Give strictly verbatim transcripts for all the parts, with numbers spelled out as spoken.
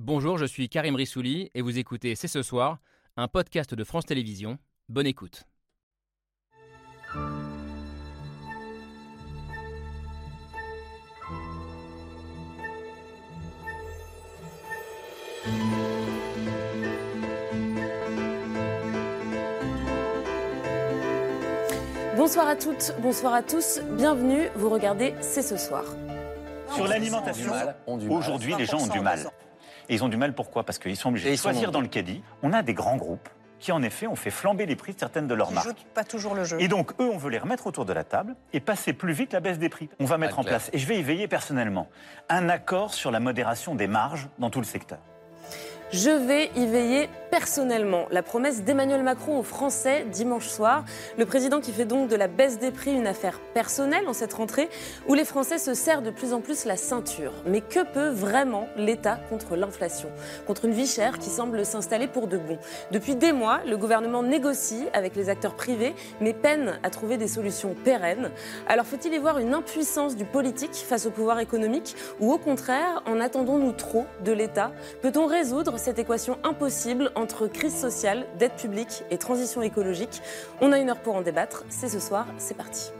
Bonjour, je suis Karim Rissouli et vous écoutez C'est ce soir, un podcast de France Télévisions. Bonne écoute. Bonsoir à toutes, bonsoir à tous, bienvenue, vous regardez C'est ce soir. Sur l'alimentation, aujourd'hui les gens ont du mal. Et ils ont du mal pourquoi ? Parce qu'ils sont obligés de choisir dans le caddie. On a des grands groupes qui en effet ont fait flamber les prix de certaines de leurs Ils marques. jouent pas toujours le jeu. Et donc eux, on veut les remettre autour de la table et passer plus vite la baisse des prix. On va mettre Ah, en clair. place, et je vais y veiller personnellement, un accord sur la modération des marges dans tout le secteur. Je vais y veiller personnellement. La promesse d'Emmanuel Macron aux Français dimanche soir. Le président qui fait donc de la baisse des prix une affaire personnelle en cette rentrée où les Français se serrent de plus en plus la ceinture. Mais que peut vraiment l'État contre l'inflation ? Contre une vie chère qui semble s'installer pour de bon. Depuis des mois, le gouvernement négocie avec les acteurs privés mais peine à trouver des solutions pérennes. Alors faut-il y voir une impuissance du politique face au pouvoir économique ou au contraire, en attendons-nous trop de l'État ? Peut-on résoudre cette équation impossible entre crise sociale, dette publique et transition écologique ? On a une heure pour en débattre. C'est ce soir, c'est parti.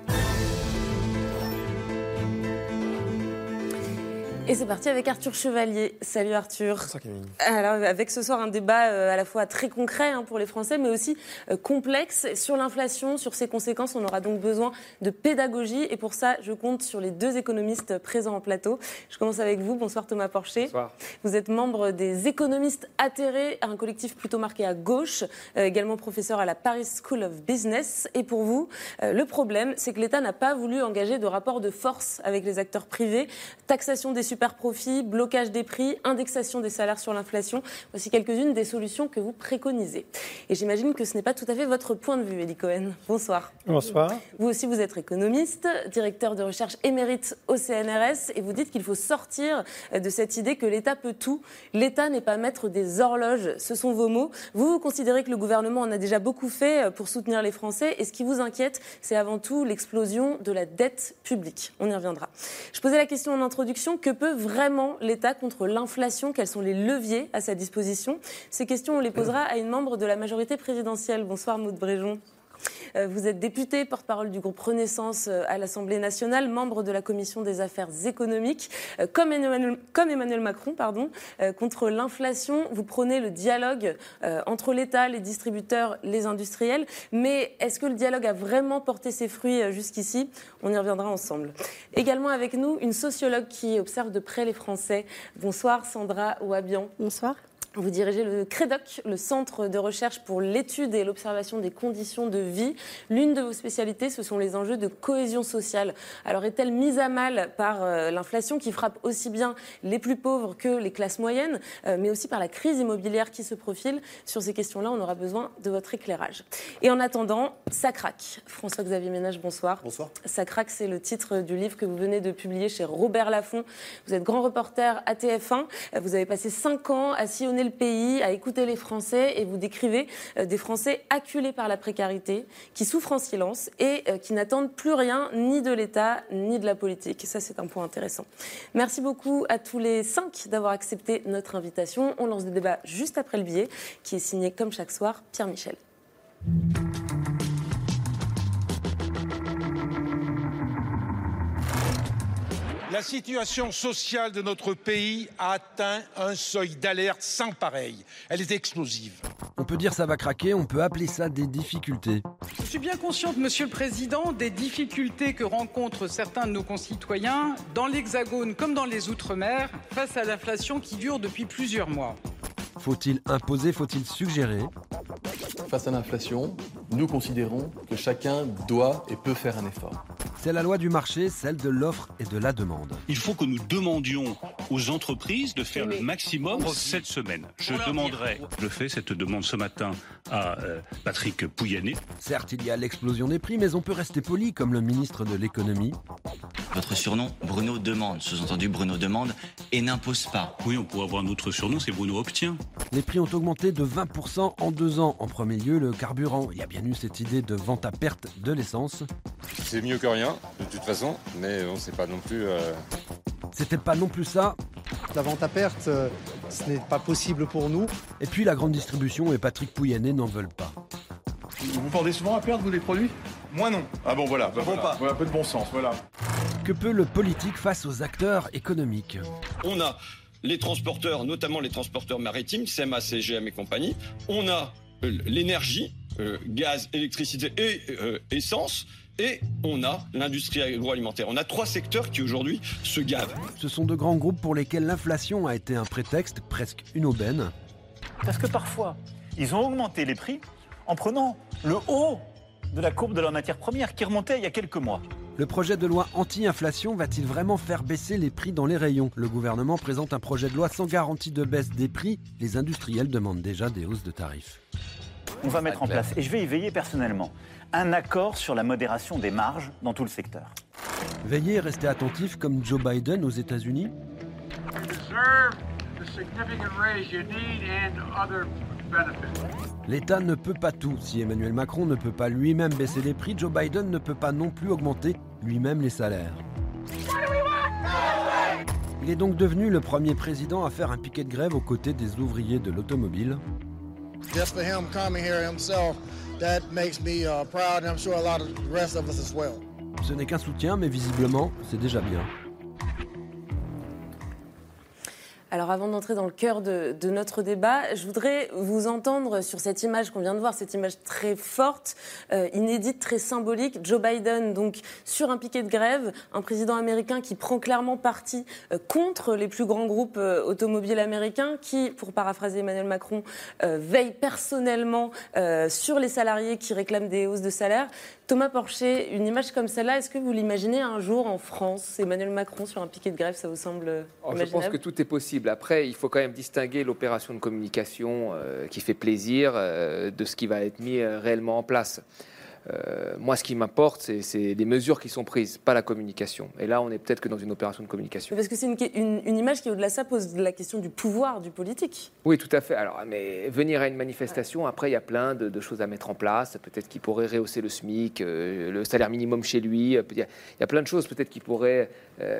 Et c'est parti avec Arthur Chevalier. Salut Arthur. Bonsoir Camille. Alors avec ce soir un débat euh, à la fois très concret hein, pour les Français mais aussi euh, complexe sur l'inflation, sur ses conséquences. On aura donc besoin de pédagogie et pour ça je compte sur les deux économistes présents en plateau. Je commence avec vous. Bonsoir Thomas Porcher. Bonsoir. Vous êtes membre des économistes atterrés, un collectif plutôt marqué à gauche, euh, également professeur à la Paris School of Business. Et pour vous, euh, le problème c'est que l'État n'a pas voulu engager de rapport de force avec les acteurs privés, taxation des super profits, blocage des prix, indexation des salaires sur l'inflation. Voici quelques-unes des solutions que vous préconisez. Et j'imagine que ce n'est pas tout à fait votre point de vue, Elie Cohen. Bonsoir. Bonsoir. Vous aussi, vous êtes économiste, directeur de recherche émérite au C N R S et vous dites qu'il faut sortir de cette idée que l'État peut tout. L'État n'est pas maître des horloges, ce sont vos mots. Vous, vous considérez que le gouvernement en a déjà beaucoup fait pour soutenir les Français et ce qui vous inquiète, c'est avant tout l'explosion de la dette publique. On y reviendra. Je posais la question en introduction, que peut vraiment l'État contre l'inflation ? Quels sont les leviers à sa disposition ? Ces questions, on les posera à une membre de la majorité présidentielle. Bonsoir Maud Bréjon. Vous êtes député, porte-parole du groupe Renaissance à l'Assemblée nationale, membre de la commission des affaires économiques. Comme Emmanuel, comme Emmanuel Macron, pardon, contre l'inflation, vous prônez le dialogue entre l'État, les distributeurs, les industriels. Mais est-ce que le dialogue a vraiment porté ses fruits jusqu'ici ? On y reviendra ensemble. Également avec nous, une sociologue qui observe de près les Français. Bonsoir Sandra Ouabian. Bonsoir. Vous dirigez le CREDOC, le Centre de recherche pour l'étude et l'observation des conditions de vie. L'une de vos spécialités, ce sont les enjeux de cohésion sociale. Alors, est-elle mise à mal par euh, l'inflation qui frappe aussi bien les plus pauvres que les classes moyennes, euh, mais aussi par la crise immobilière qui se profile ? Sur ces questions-là, on aura besoin de votre éclairage. Et en attendant, ça craque. François-Xavier Ménage, bonsoir. Bonsoir. Ça craque, c'est le titre du livre que vous venez de publier chez Robert Laffont. Vous êtes grand reporter à T F un. Vous avez passé cinq ans à sillonner le pays, à écouter les Français et vous décrivez euh, des Français acculés par la précarité, qui souffrent en silence et euh, qui n'attendent plus rien ni de l'État ni de la politique. Ça, c'est un point intéressant. Merci beaucoup à tous les cinq d'avoir accepté notre invitation. On lance le débat juste après le billet, qui est signé comme chaque soir Pierre Michel. La situation sociale de notre pays a atteint un seuil d'alerte sans pareil. Elle est explosive. On peut dire ça va craquer, on peut appeler ça des difficultés. Je suis bien consciente, Monsieur le Président, des difficultés que rencontrent certains de nos concitoyens, dans l'Hexagone comme dans les Outre-mer, face à l'inflation qui dure depuis plusieurs mois. Faut-il imposer, faut-il suggérer ? Face à l'inflation, nous considérons que chacun doit et peut faire un effort. C'est la loi du marché, celle de l'offre et de la demande. Il faut que nous demandions aux entreprises de faire le maximum cette semaine. Je demanderai, je fais cette demande ce matin à euh, Patrick Pouyanné. Certes, il y a l'explosion des prix, mais on peut rester poli comme le ministre de l'économie. Votre surnom, Bruno demande, sous-entendu Bruno demande et n'impose pas. Oui, on pourrait avoir un autre surnom, c'est Bruno obtient. Les prix ont augmenté de vingt pour cent en deux ans. En premier lieu, le carburant. Il y a bien eu cette idée de vente à perte de l'essence. C'est mieux que rien, de toute façon, mais on ne sait pas non plus... Euh... C'était pas non plus ça. La vente à perte, euh, ce n'est pas possible pour nous. Et puis la grande distribution et Patrick Pouyanné n'en veulent pas. Vous vendez souvent à perte, vous, les produits ? Moi non. Ah bon, voilà, bah, voilà. Pas. Voilà, un peu de bon sens, voilà. Que peut le politique face aux acteurs économiques ? On a les transporteurs, notamment les transporteurs maritimes, C M A, C G M et compagnie. On a euh, l'énergie, euh, gaz, électricité et euh, essence. Et on a l'industrie agroalimentaire. On a trois secteurs qui aujourd'hui se gavent. Ce sont de grands groupes pour lesquels l'inflation a été un prétexte, presque une aubaine. Parce que parfois, ils ont augmenté les prix en prenant le haut de la courbe de leurs matières premières qui remontait il y a quelques mois. Le projet de loi anti-inflation va-t-il vraiment faire baisser les prix dans les rayons ? Le gouvernement présente un projet de loi sans garantie de baisse des prix. Les industriels demandent déjà des hausses de tarifs. On va mettre en place, et je vais y veiller personnellement, un accord sur la modération des marges dans tout le secteur. Veillez et restez attentifs comme Joe Biden aux États-Unis. L'État ne peut pas tout. Si Emmanuel Macron ne peut pas lui-même baisser les prix, Joe Biden ne peut pas non plus augmenter lui-même les salaires. Il est donc devenu le premier président à faire un piquet de grève aux côtés des ouvriers de l'automobile. Just for him coming here himself, that makes me uh, proud, and I'm sure a lot of the rest of us as well. Ce n'est qu'un soutien, mais visiblement, c'est déjà bien. Alors avant d'entrer dans le cœur de, de notre débat, je voudrais vous entendre sur cette image qu'on vient de voir, cette image très forte, euh, inédite, très symbolique. Joe Biden, donc sur un piquet de grève, un président américain qui prend clairement parti euh, contre les plus grands groupes euh, automobiles américains, qui, pour paraphraser Emmanuel Macron, euh, veille personnellement euh, sur les salariés qui réclament des hausses de salaire. Thomas Porcher, une image comme celle-là, est-ce que vous l'imaginez un jour en France, Emmanuel Macron sur un piquet de grève, ça vous semble Alors, imaginable ? Je pense que tout est possible. Après, il faut quand même distinguer l'opération de communication euh, qui fait plaisir euh, de ce qui va être mis euh, réellement en place. Euh, moi, ce qui m'importe, c'est, c'est les mesures qui sont prises, pas la communication. Et là, on est peut-être que dans une opération de communication. Parce que c'est une, une, une image qui, au-delà de ça, pose la question du pouvoir du politique. Oui, tout à fait. Alors, mais venir à une manifestation, ouais. Après, il y a plein de, de choses à mettre en place. Peut-être qu'il pourrait rehausser le SMIC, euh, le salaire minimum chez lui. Il y a, il y a plein de choses, peut-être qu'il pourrait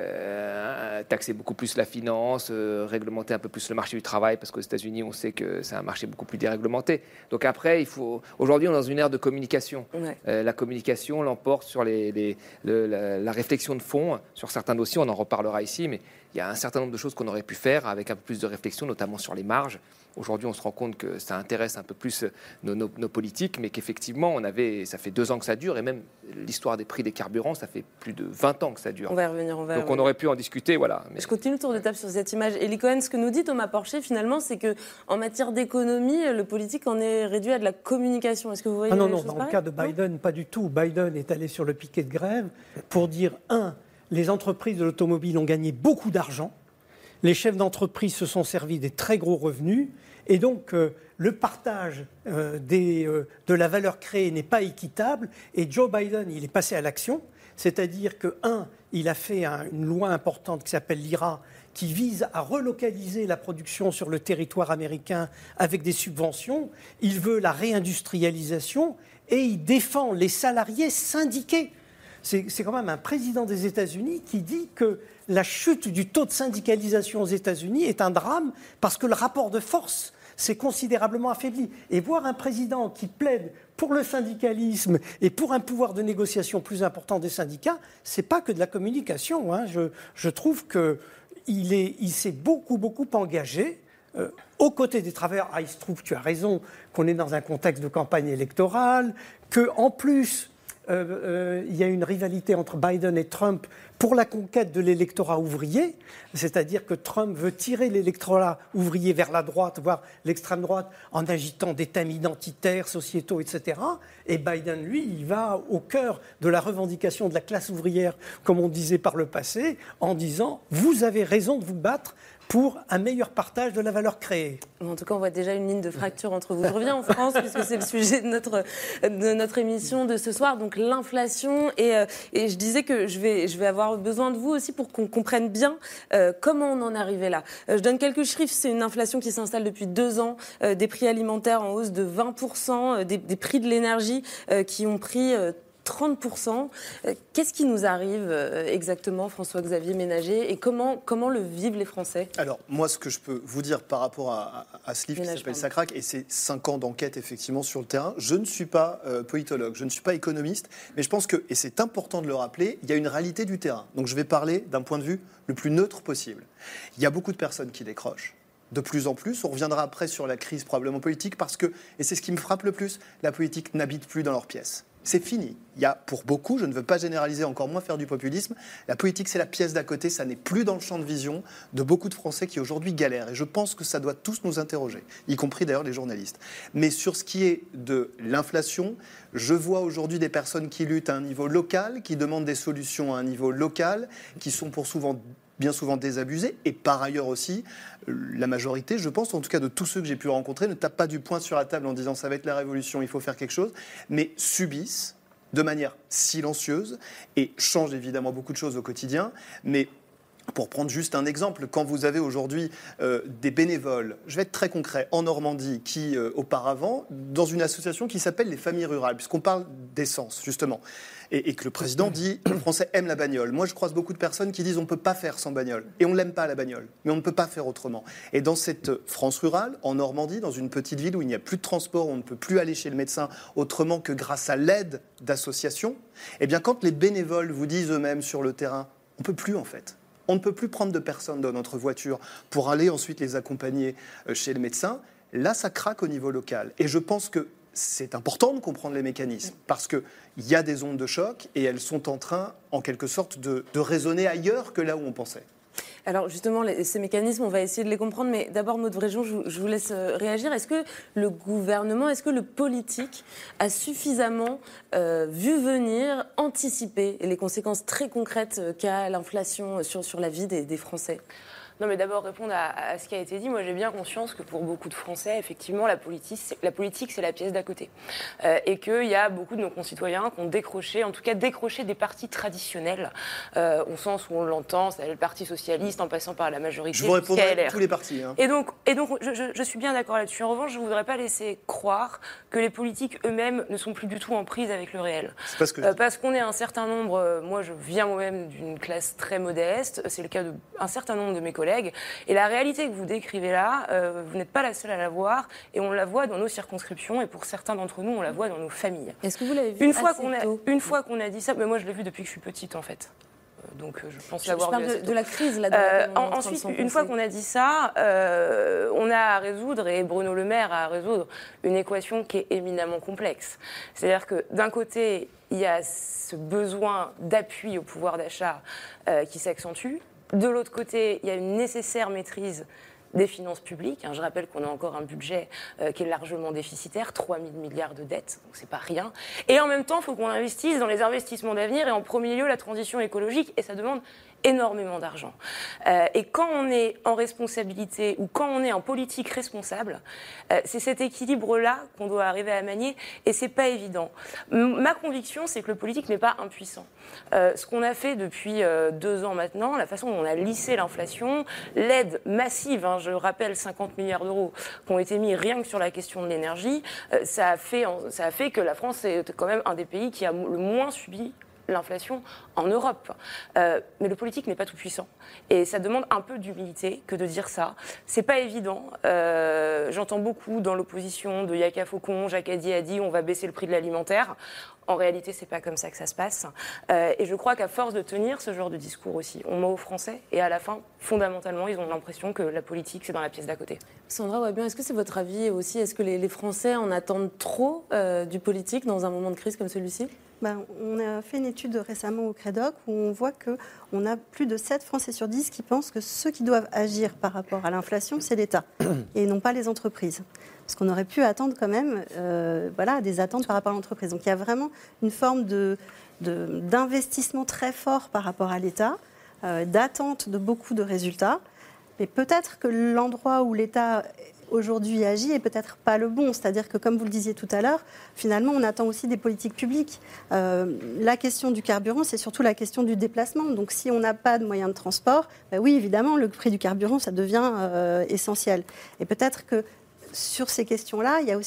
euh, taxer beaucoup plus la finance, euh, réglementer un peu plus le marché du travail, parce qu'aux États-Unis, on sait que c'est un marché beaucoup plus déréglementé. Donc après, il faut. Aujourd'hui, on est dans une ère de communication. Ouais. Euh, la communication l'emporte sur les, les, le, la, la réflexion de fond sur certains dossiers, on en reparlera ici, mais il y a un certain nombre de choses qu'on aurait pu faire avec un peu plus de réflexion, notamment sur les marges. Aujourd'hui, on se rend compte que ça intéresse un peu plus nos, nos, nos politiques, mais qu'effectivement, on avait, ça fait deux ans que ça dure, et même l'histoire des prix des carburants, ça fait plus de vingt ans que ça dure. On va y revenir, on va y Donc revenir. On aurait pu en discuter, voilà. Mais... Je continue le tour de table sur cette image. Elie Cohen, ce que nous dit Thomas Porcher, finalement, c'est qu'en matière d'économie, le politique en est réduit à de la communication. Est-ce que vous voyez Ah non, les non, choses dans pareilles ? le cas de Biden, non pas du tout. Biden est allé sur le piquet de grève pour dire, un, les entreprises de l'automobile ont gagné beaucoup d'argent, les chefs d'entreprise se sont servis des très gros revenus, et donc euh, le partage euh, des, euh, de la valeur créée n'est pas équitable, et Joe Biden, il est passé à l'action, c'est-à-dire que, un, il a fait un, une loi importante qui s'appelle l'I R A, qui vise à relocaliser la production sur le territoire américain avec des subventions, il veut la réindustrialisation, et il défend les salariés syndiqués. C'est, c'est quand même un président des États-Unis qui dit que la chute du taux de syndicalisation aux États-Unis est un drame parce que le rapport de force s'est considérablement affaibli. Et voir un président qui plaide pour le syndicalisme et pour un pouvoir de négociation plus important des syndicats, c'est pas que de la communication. Hein. Je, je trouve qu'il est, il s'est beaucoup, beaucoup engagé euh, aux côtés des travailleurs. Ah, il se trouve, tu as raison, qu'on est dans un contexte de campagne électorale, qu'en plus... Euh, euh, il y a une rivalité entre Biden et Trump pour la conquête de l'électorat ouvrier, c'est-à-dire que Trump veut tirer l'électorat ouvrier vers la droite, voire l'extrême droite, en agitant des thèmes identitaires, sociétaux, et cetera. Et Biden, lui, il va au cœur de la revendication de la classe ouvrière, comme on disait par le passé, en disant « vous avez raison de vous battre » pour un meilleur partage de la valeur créée. En tout cas, on voit déjà une ligne de fracture entre vous. Je reviens en France, puisque c'est le sujet de notre, de notre émission de ce soir, donc l'inflation. Et, euh, et je disais que je vais, je vais avoir besoin de vous aussi pour qu'on comprenne bien euh, comment on en est arrivé là. Euh, je donne quelques chiffres. C'est une inflation qui s'installe depuis deux ans, euh, des prix alimentaires en hausse de vingt pour cent, euh, des, des prix de l'énergie euh, qui ont pris... Euh, trente pour cent. Qu'est-ce qui nous arrive exactement, François-Xavier Ménager, et comment, comment le vivent les Français ? Alors, moi, ce que je peux vous dire par rapport à, à, à ce livre Ménage, qui s'appelle pardon. Sacrac, et c'est cinq ans d'enquête, effectivement, sur le terrain, je ne suis pas euh, politologue, je ne suis pas économiste, mais je pense que, et c'est important de le rappeler, il y a une réalité du terrain. Donc, je vais parler d'un point de vue le plus neutre possible. Il y a beaucoup de personnes qui décrochent. De plus en plus, on reviendra après sur la crise probablement politique, parce que, et c'est ce qui me frappe le plus, la politique n'habite plus dans leurs pièces. C'est fini. Il y a, pour beaucoup, je ne veux pas généraliser, encore moins faire du populisme, la politique, c'est la pièce d'à côté, ça n'est plus dans le champ de vision de beaucoup de Français qui aujourd'hui galèrent. Et je pense que ça doit tous nous interroger, y compris d'ailleurs les journalistes. Mais sur ce qui est de l'inflation, je vois aujourd'hui des personnes qui luttent à un niveau local, qui demandent des solutions à un niveau local, qui sont pour souvent... bien souvent désabusés, et par ailleurs aussi, la majorité, je pense, en tout cas de tous ceux que j'ai pu rencontrer, ne tapent pas du poing sur la table en disant ça va être la révolution, il faut faire quelque chose, mais subissent de manière silencieuse et changent évidemment beaucoup de choses au quotidien, mais pour prendre juste un exemple, quand vous avez aujourd'hui euh, des bénévoles, je vais être très concret, en Normandie, qui euh, auparavant, dans une association qui s'appelle les familles rurales, puisqu'on parle d'essence, justement, et, et que le président dit, le Français aime la bagnole. Moi, je croise beaucoup de personnes qui disent on ne peut pas faire sans bagnole, et on ne l'aime pas la bagnole, mais on ne peut pas faire autrement. Et dans cette France rurale, en Normandie, dans une petite ville où il n'y a plus de transport, où on ne peut plus aller chez le médecin autrement que grâce à l'aide d'associations, eh bien, quand les bénévoles vous disent eux-mêmes sur le terrain, on ne peut plus en fait. On ne peut plus prendre de personnes dans notre voiture pour aller ensuite les accompagner chez le médecin. Là, ça craque au niveau local. Et je pense que c'est important de comprendre les mécanismes parce qu'il y a des ondes de choc et elles sont en train, en quelque sorte, de, de résonner ailleurs que là où on pensait. Alors justement, les, ces mécanismes, on va essayer de les comprendre, mais d'abord, Maud Vréjon, je, je vous laisse réagir. Est-ce que le gouvernement, est-ce que le politique a suffisamment euh, vu venir, anticipé les conséquences très concrètes qu'a l'inflation sur, sur la vie des, des Français ? Non, mais d'abord, répondre à, à ce qui a été dit. Moi, j'ai bien conscience que pour beaucoup de Français, effectivement, la politique, c'est, la politique, c'est la pièce d'à côté. Euh, et qu'il y a beaucoup de nos concitoyens qui ont décroché, en tout cas décroché des partis traditionnels, euh, au sens où on l'entend, c'est le Parti socialiste en passant par la majorité. Je vous répondrai à tous les partis. Hein. Et donc, et donc je, je, je suis bien d'accord là-dessus. En revanche, je ne voudrais pas laisser croire que les politiques eux-mêmes ne sont plus du tout en prise avec le réel. C'est pas ce que euh, parce qu'on est un certain nombre, euh, moi je viens moi-même d'une classe très modeste, c'est le cas d'un certain nombre de mes collègues. Et la réalité que vous décrivez là, euh, vous n'êtes pas la seule à la voir, et on la voit dans nos circonscriptions, et pour certains d'entre nous, on la voit dans nos familles. Est-ce que vous l'avez vu une fois assez qu'on a, tôt ? Une fois qu'on a dit ça, mais moi je l'ai vu depuis que je suis petite en fait. Donc je pense je, l'avoir je parle vu de, de la crise là. Euh, en, ensuite, une fois qu'on a dit ça, euh, on a à résoudre, et Bruno Le Maire a à résoudre, une équation qui est éminemment complexe. C'est-à-dire que d'un côté, il y a ce besoin d'appui au pouvoir d'achat euh, qui s'accentue. De l'autre côté, il y a une nécessaire maîtrise des finances publiques. Je rappelle qu'on a encore un budget euh, qui est largement déficitaire, trois mille milliards de dettes, donc c'est pas rien. Et en même temps, il faut qu'on investisse dans les investissements d'avenir et en premier lieu la transition écologique, et ça demande énormément d'argent. Euh, et quand on est en responsabilité ou quand on est en politique responsable, euh, c'est cet équilibre-là qu'on doit arriver à manier, et c'est pas évident. M- ma conviction, c'est que le politique n'est pas impuissant. Euh, ce qu'on a fait depuis euh, deux ans maintenant, la façon dont on a lissé l'inflation, l'aide massive, hein, je rappelle cinquante milliards d'euros qui ont été mis rien que sur la question de l'énergie, euh, ça a fait, ça a fait que la France est quand même un des pays qui a le moins subi l'inflation en Europe. Euh, mais le politique n'est pas tout puissant. Et ça demande un peu d'humilité que de dire ça. C'est pas évident. Euh, j'entends beaucoup dans l'opposition de Yaka Faucon, Jacques Hadi a dit on va baisser le prix de l'alimentaire. En réalité, c'est pas comme ça que ça se passe. Euh, et je crois qu'à force de tenir ce genre de discours aussi, on ment aux Français, et à la fin, fondamentalement, ils ont l'impression que la politique, c'est dans la pièce d'à côté. Sandra Ouabian, est-ce que c'est votre avis aussi ? Est-ce que les, les Français en attendent trop euh, du politique dans un moment de crise comme celui-ci ? Ben, on a fait une étude récemment au Crédoc où on voit qu'on a plus de sept Français sur dix qui pensent que ceux qui doivent agir par rapport à l'inflation, c'est l'État et non pas les entreprises. Parce qu'on aurait pu attendre quand même euh, voilà, des attentes par rapport à l'entreprise. Donc il y a vraiment une forme de, de, d'investissement très fort par rapport à l'État, euh, d'attente de beaucoup de résultats. Mais peut-être que l'endroit où l'État aujourd'hui agit est peut-être pas le bon. C'est-à-dire que, comme vous le disiez tout à l'heure, finalement, on attend aussi des politiques publiques. Euh, la question du carburant, c'est surtout la question du déplacement. Donc, si on n'a pas de moyens de transport, ben oui, évidemment, le prix du carburant, ça devient euh, essentiel. Et peut-être que sur ces questions-là, il y a aussi un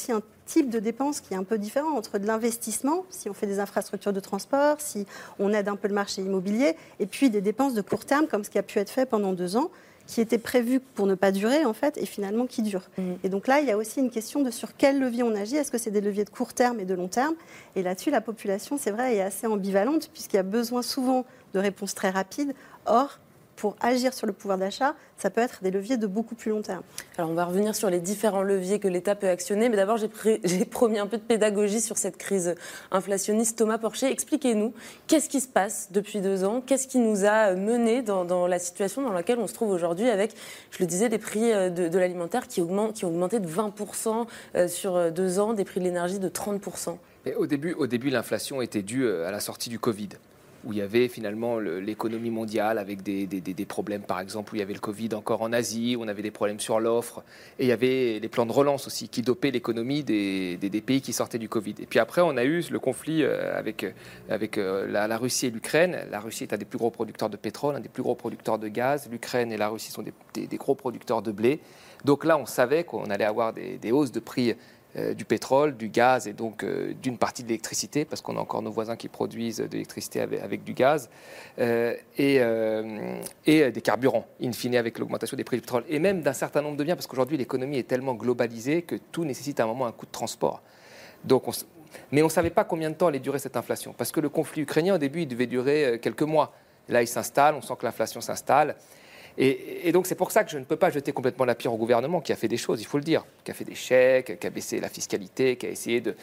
type de dépenses qui est un peu différent entre de l'investissement, si on fait des infrastructures de transport, si on aide un peu le marché immobilier, et puis des dépenses de court terme, comme ce qui a pu être fait pendant deux ans, qui étaient prévues pour ne pas durer, en fait, et finalement qui durent. Mmh. Et donc là, il y a aussi une question de sur quel levier on agit. Est-ce que c'est des leviers de court terme et de long terme? Et là-dessus, la population, c'est vrai, est assez ambivalente, puisqu'il y a besoin souvent de réponses très rapides. Or, pour agir sur le pouvoir d'achat, ça peut être des leviers de beaucoup plus long terme. Alors on va revenir sur les différents leviers que l'État peut actionner, mais d'abord j'ai, pré- j'ai promis un peu de pédagogie sur cette crise inflationniste. Thomas Porcher, expliquez-nous, qu'est-ce qui se passe depuis deux ans? Qu'est-ce qui nous a menés dans, dans la situation dans laquelle on se trouve aujourd'hui avec, je le disais, des prix de, de l'alimentaire qui, augmentent, qui ont augmenté de vingt pour cent sur deux ans, des prix de l'énergie de trente pour cent? Et au début, au début, l'inflation était due à la sortie du Covid, où il y avait finalement le, l'économie mondiale avec des, des, des problèmes, par exemple, où il y avait le Covid encore en Asie, où on avait des problèmes sur l'offre, et il y avait les plans de relance aussi qui dopaient l'économie des, des, des pays qui sortaient du Covid. Et puis après, on a eu le conflit avec, avec la, la Russie et l'Ukraine. La Russie est un des plus gros producteurs de pétrole, un des plus gros producteurs de gaz. L'Ukraine et la Russie sont des, des, des gros producteurs de blé. Donc là, on savait qu'on allait avoir des, des hausses de prix Euh, du pétrole, du gaz et donc euh, d'une partie de l'électricité, parce qu'on a encore nos voisins qui produisent de l'électricité avec, avec du gaz, euh, et, euh, et des carburants, in fine, avec l'augmentation des prix du pétrole, et même d'un certain nombre de biens, parce qu'aujourd'hui l'économie est tellement globalisée que tout nécessite à un moment un coût de transport. Donc on, mais on ne savait pas combien de temps allait durer cette inflation, parce que le conflit ukrainien, au début, il devait durer quelques mois. Là, il s'installe, on sent que l'inflation s'installe. Et, et donc c'est pour ça que je ne peux pas jeter complètement la pierre au gouvernement qui a fait des choses, il faut le dire, qui a fait des chèques, qui a baissé la fiscalité, qui a essayé de,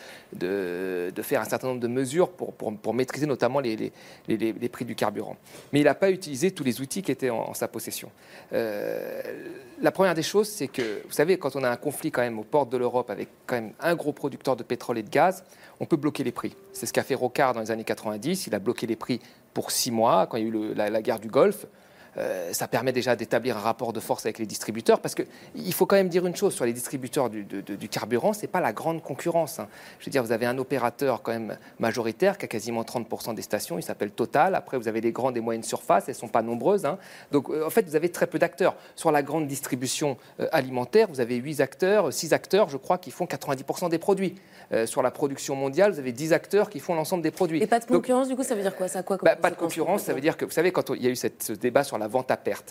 de, de faire un certain nombre de mesures pour, pour, pour maîtriser notamment les, les, les, les prix du carburant. Mais il n'a pas utilisé tous les outils qui étaient en, en sa possession. Euh, la première des choses, c'est que, vous savez, quand on a un conflit quand même aux portes de l'Europe avec quand même un gros producteur de pétrole et de gaz, on peut bloquer les prix. C'est ce qu'a fait Rocard dans les années quatre-vingt-dix, il a bloqué les prix pour six mois quand il y a eu le, la, la guerre du Golfe. Euh, ça permet déjà d'établir un rapport de force avec les distributeurs, parce qu'il faut quand même dire une chose sur les distributeurs du, de, de, du carburant, ce n'est pas la grande concurrence. Hein. Je veux dire, vous avez un opérateur quand même majoritaire qui a quasiment trente pour cent des stations, il s'appelle Total. Après, vous avez les grandes et moyennes surfaces, elles ne sont pas nombreuses. Hein. Donc, euh, en fait, vous avez très peu d'acteurs. Sur la grande distribution euh, alimentaire, vous avez huit acteurs, six acteurs, je crois, qui font quatre-vingt-dix pour cent des produits. Euh, sur la production mondiale, vous avez dix acteurs qui font l'ensemble des produits. Et pas de concurrence, Donc, du coup, ça veut dire quoi, ça quoi bah, Pas de concurrence, ça veut dire que, vous savez, quand il y a eu cette, ce débat sur la vente à perte,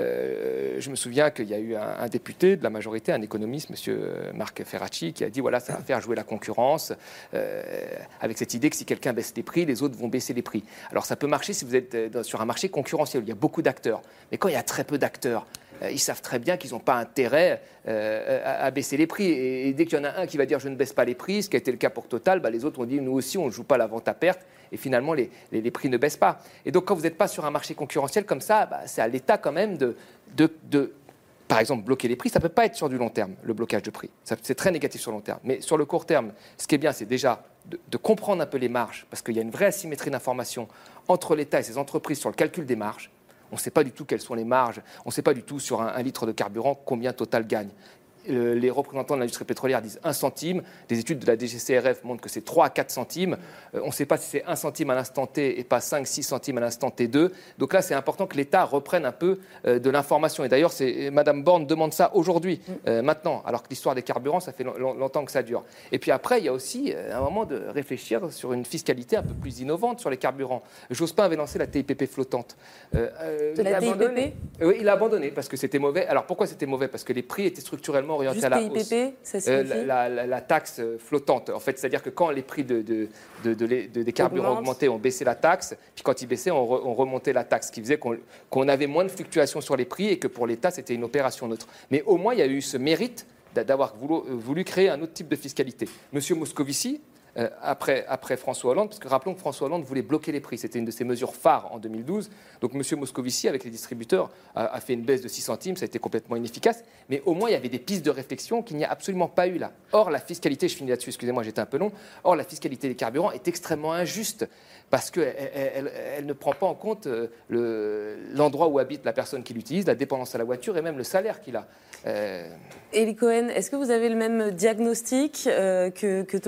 euh, je me souviens qu'il y a eu un, un député de la majorité, un économiste, M. Marc Ferracci, qui a dit voilà, ça va faire jouer la concurrence, euh, avec cette idée que si quelqu'un baisse les prix, les autres vont baisser les prix. Alors ça peut marcher si vous êtes dans, sur un marché concurrentiel où il y a beaucoup d'acteurs. Mais quand il y a très peu d'acteurs, euh, ils savent très bien qu'ils n'ont pas intérêt euh, à, à baisser les prix. Et, et dès qu'il y en a un qui va dire je ne baisse pas les prix, ce qui a été le cas pour Total, bah, les autres ont dit nous aussi on ne joue pas la vente à perte. Et finalement, les, les, les prix ne baissent pas. Et donc, quand vous n'êtes pas sur un marché concurrentiel comme ça, bah, c'est à l'État quand même de, de, de, par exemple, bloquer les prix. Ça ne peut pas être sur du long terme, le blocage de prix. Ça, c'est très négatif sur le long terme. Mais sur le court terme, ce qui est bien, c'est déjà de, de comprendre un peu les marges, parce qu'il y a une vraie asymétrie d'information entre l'État et ses entreprises sur le calcul des marges. On ne sait pas du tout quelles sont les marges. On ne sait pas du tout sur un, un litre de carburant combien Total gagne. Les représentants de l'industrie pétrolière disent un centime. Des études de la D G C R F montrent que c'est trois à quatre centimes. Euh, on ne sait pas si c'est un centime à l'instant T et pas cinq à six centimes à l'instant T deux. Donc là, c'est important que l'État reprenne un peu euh, de l'information. Et d'ailleurs, c'est, Mme Borne demande ça aujourd'hui, euh, maintenant, alors que l'histoire des carburants, ça fait longtemps que ça dure. Et puis après, il y a aussi euh, un moment de réfléchir sur une fiscalité un peu plus innovante sur les carburants. Jospin avait lancé la T I P P flottante. Euh, euh, de la T I P P Oui, il a abandonné parce que c'était mauvais. Alors pourquoi c'était mauvais ? Parce que les prix étaient structurellement orienté à la hausse. Juste T I P P, ça signifie euh, la, la, la taxe flottante. En fait, c'est-à-dire que quand les prix de, de, de, de, de, des carburants Augmente. augmentaient, on baissait la taxe, puis quand ils baissaient, on, re, on remontait la taxe, ce qui faisait qu'on, qu'on avait moins de fluctuations sur les prix et que pour l'État, c'était une opération neutre. Mais au moins, il y a eu ce mérite d'avoir voulu, voulu créer un autre type de fiscalité. Monsieur Moscovici, Euh, après, après François Hollande, parce que rappelons que François Hollande voulait bloquer les prix. C'était une de ses mesures phares en deux mille douze. Donc M. Moscovici, avec les distributeurs, a, a fait une baisse de six centimes. Ça a été complètement inefficace. Mais au moins, il y avait des pistes de réflexion qu'il n'y a absolument pas eu là. Or, la fiscalité, je finis là-dessus, excusez-moi, j'étais un peu long. Or, la fiscalité des carburants est extrêmement injuste parce qu'elle elle, elle, elle ne prend pas en compte euh, le, l'endroit où habite la personne qui l'utilise, la dépendance à la voiture et même le salaire qu'il a. Euh... Élie Cohen, est-ce que vous avez le même diagnostic euh, que, que Thomas Porcher ?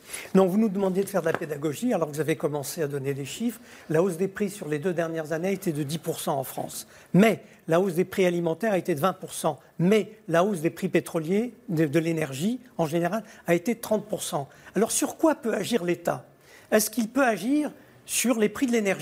Non, vous nous demandiez de faire de la pédagogie, alors que vous avez commencé à donner les chiffres. La hausse des prix sur les deux dernières années a été de dix pour cent en France. Mais la hausse des prix alimentaires a été de vingt pour cent. Mais la hausse des prix pétroliers, de, de l'énergie en général, a été de trente pour cent. Alors sur quoi peut agir l'État ? Est-ce qu'il peut agir sur les prix de l'énergie ?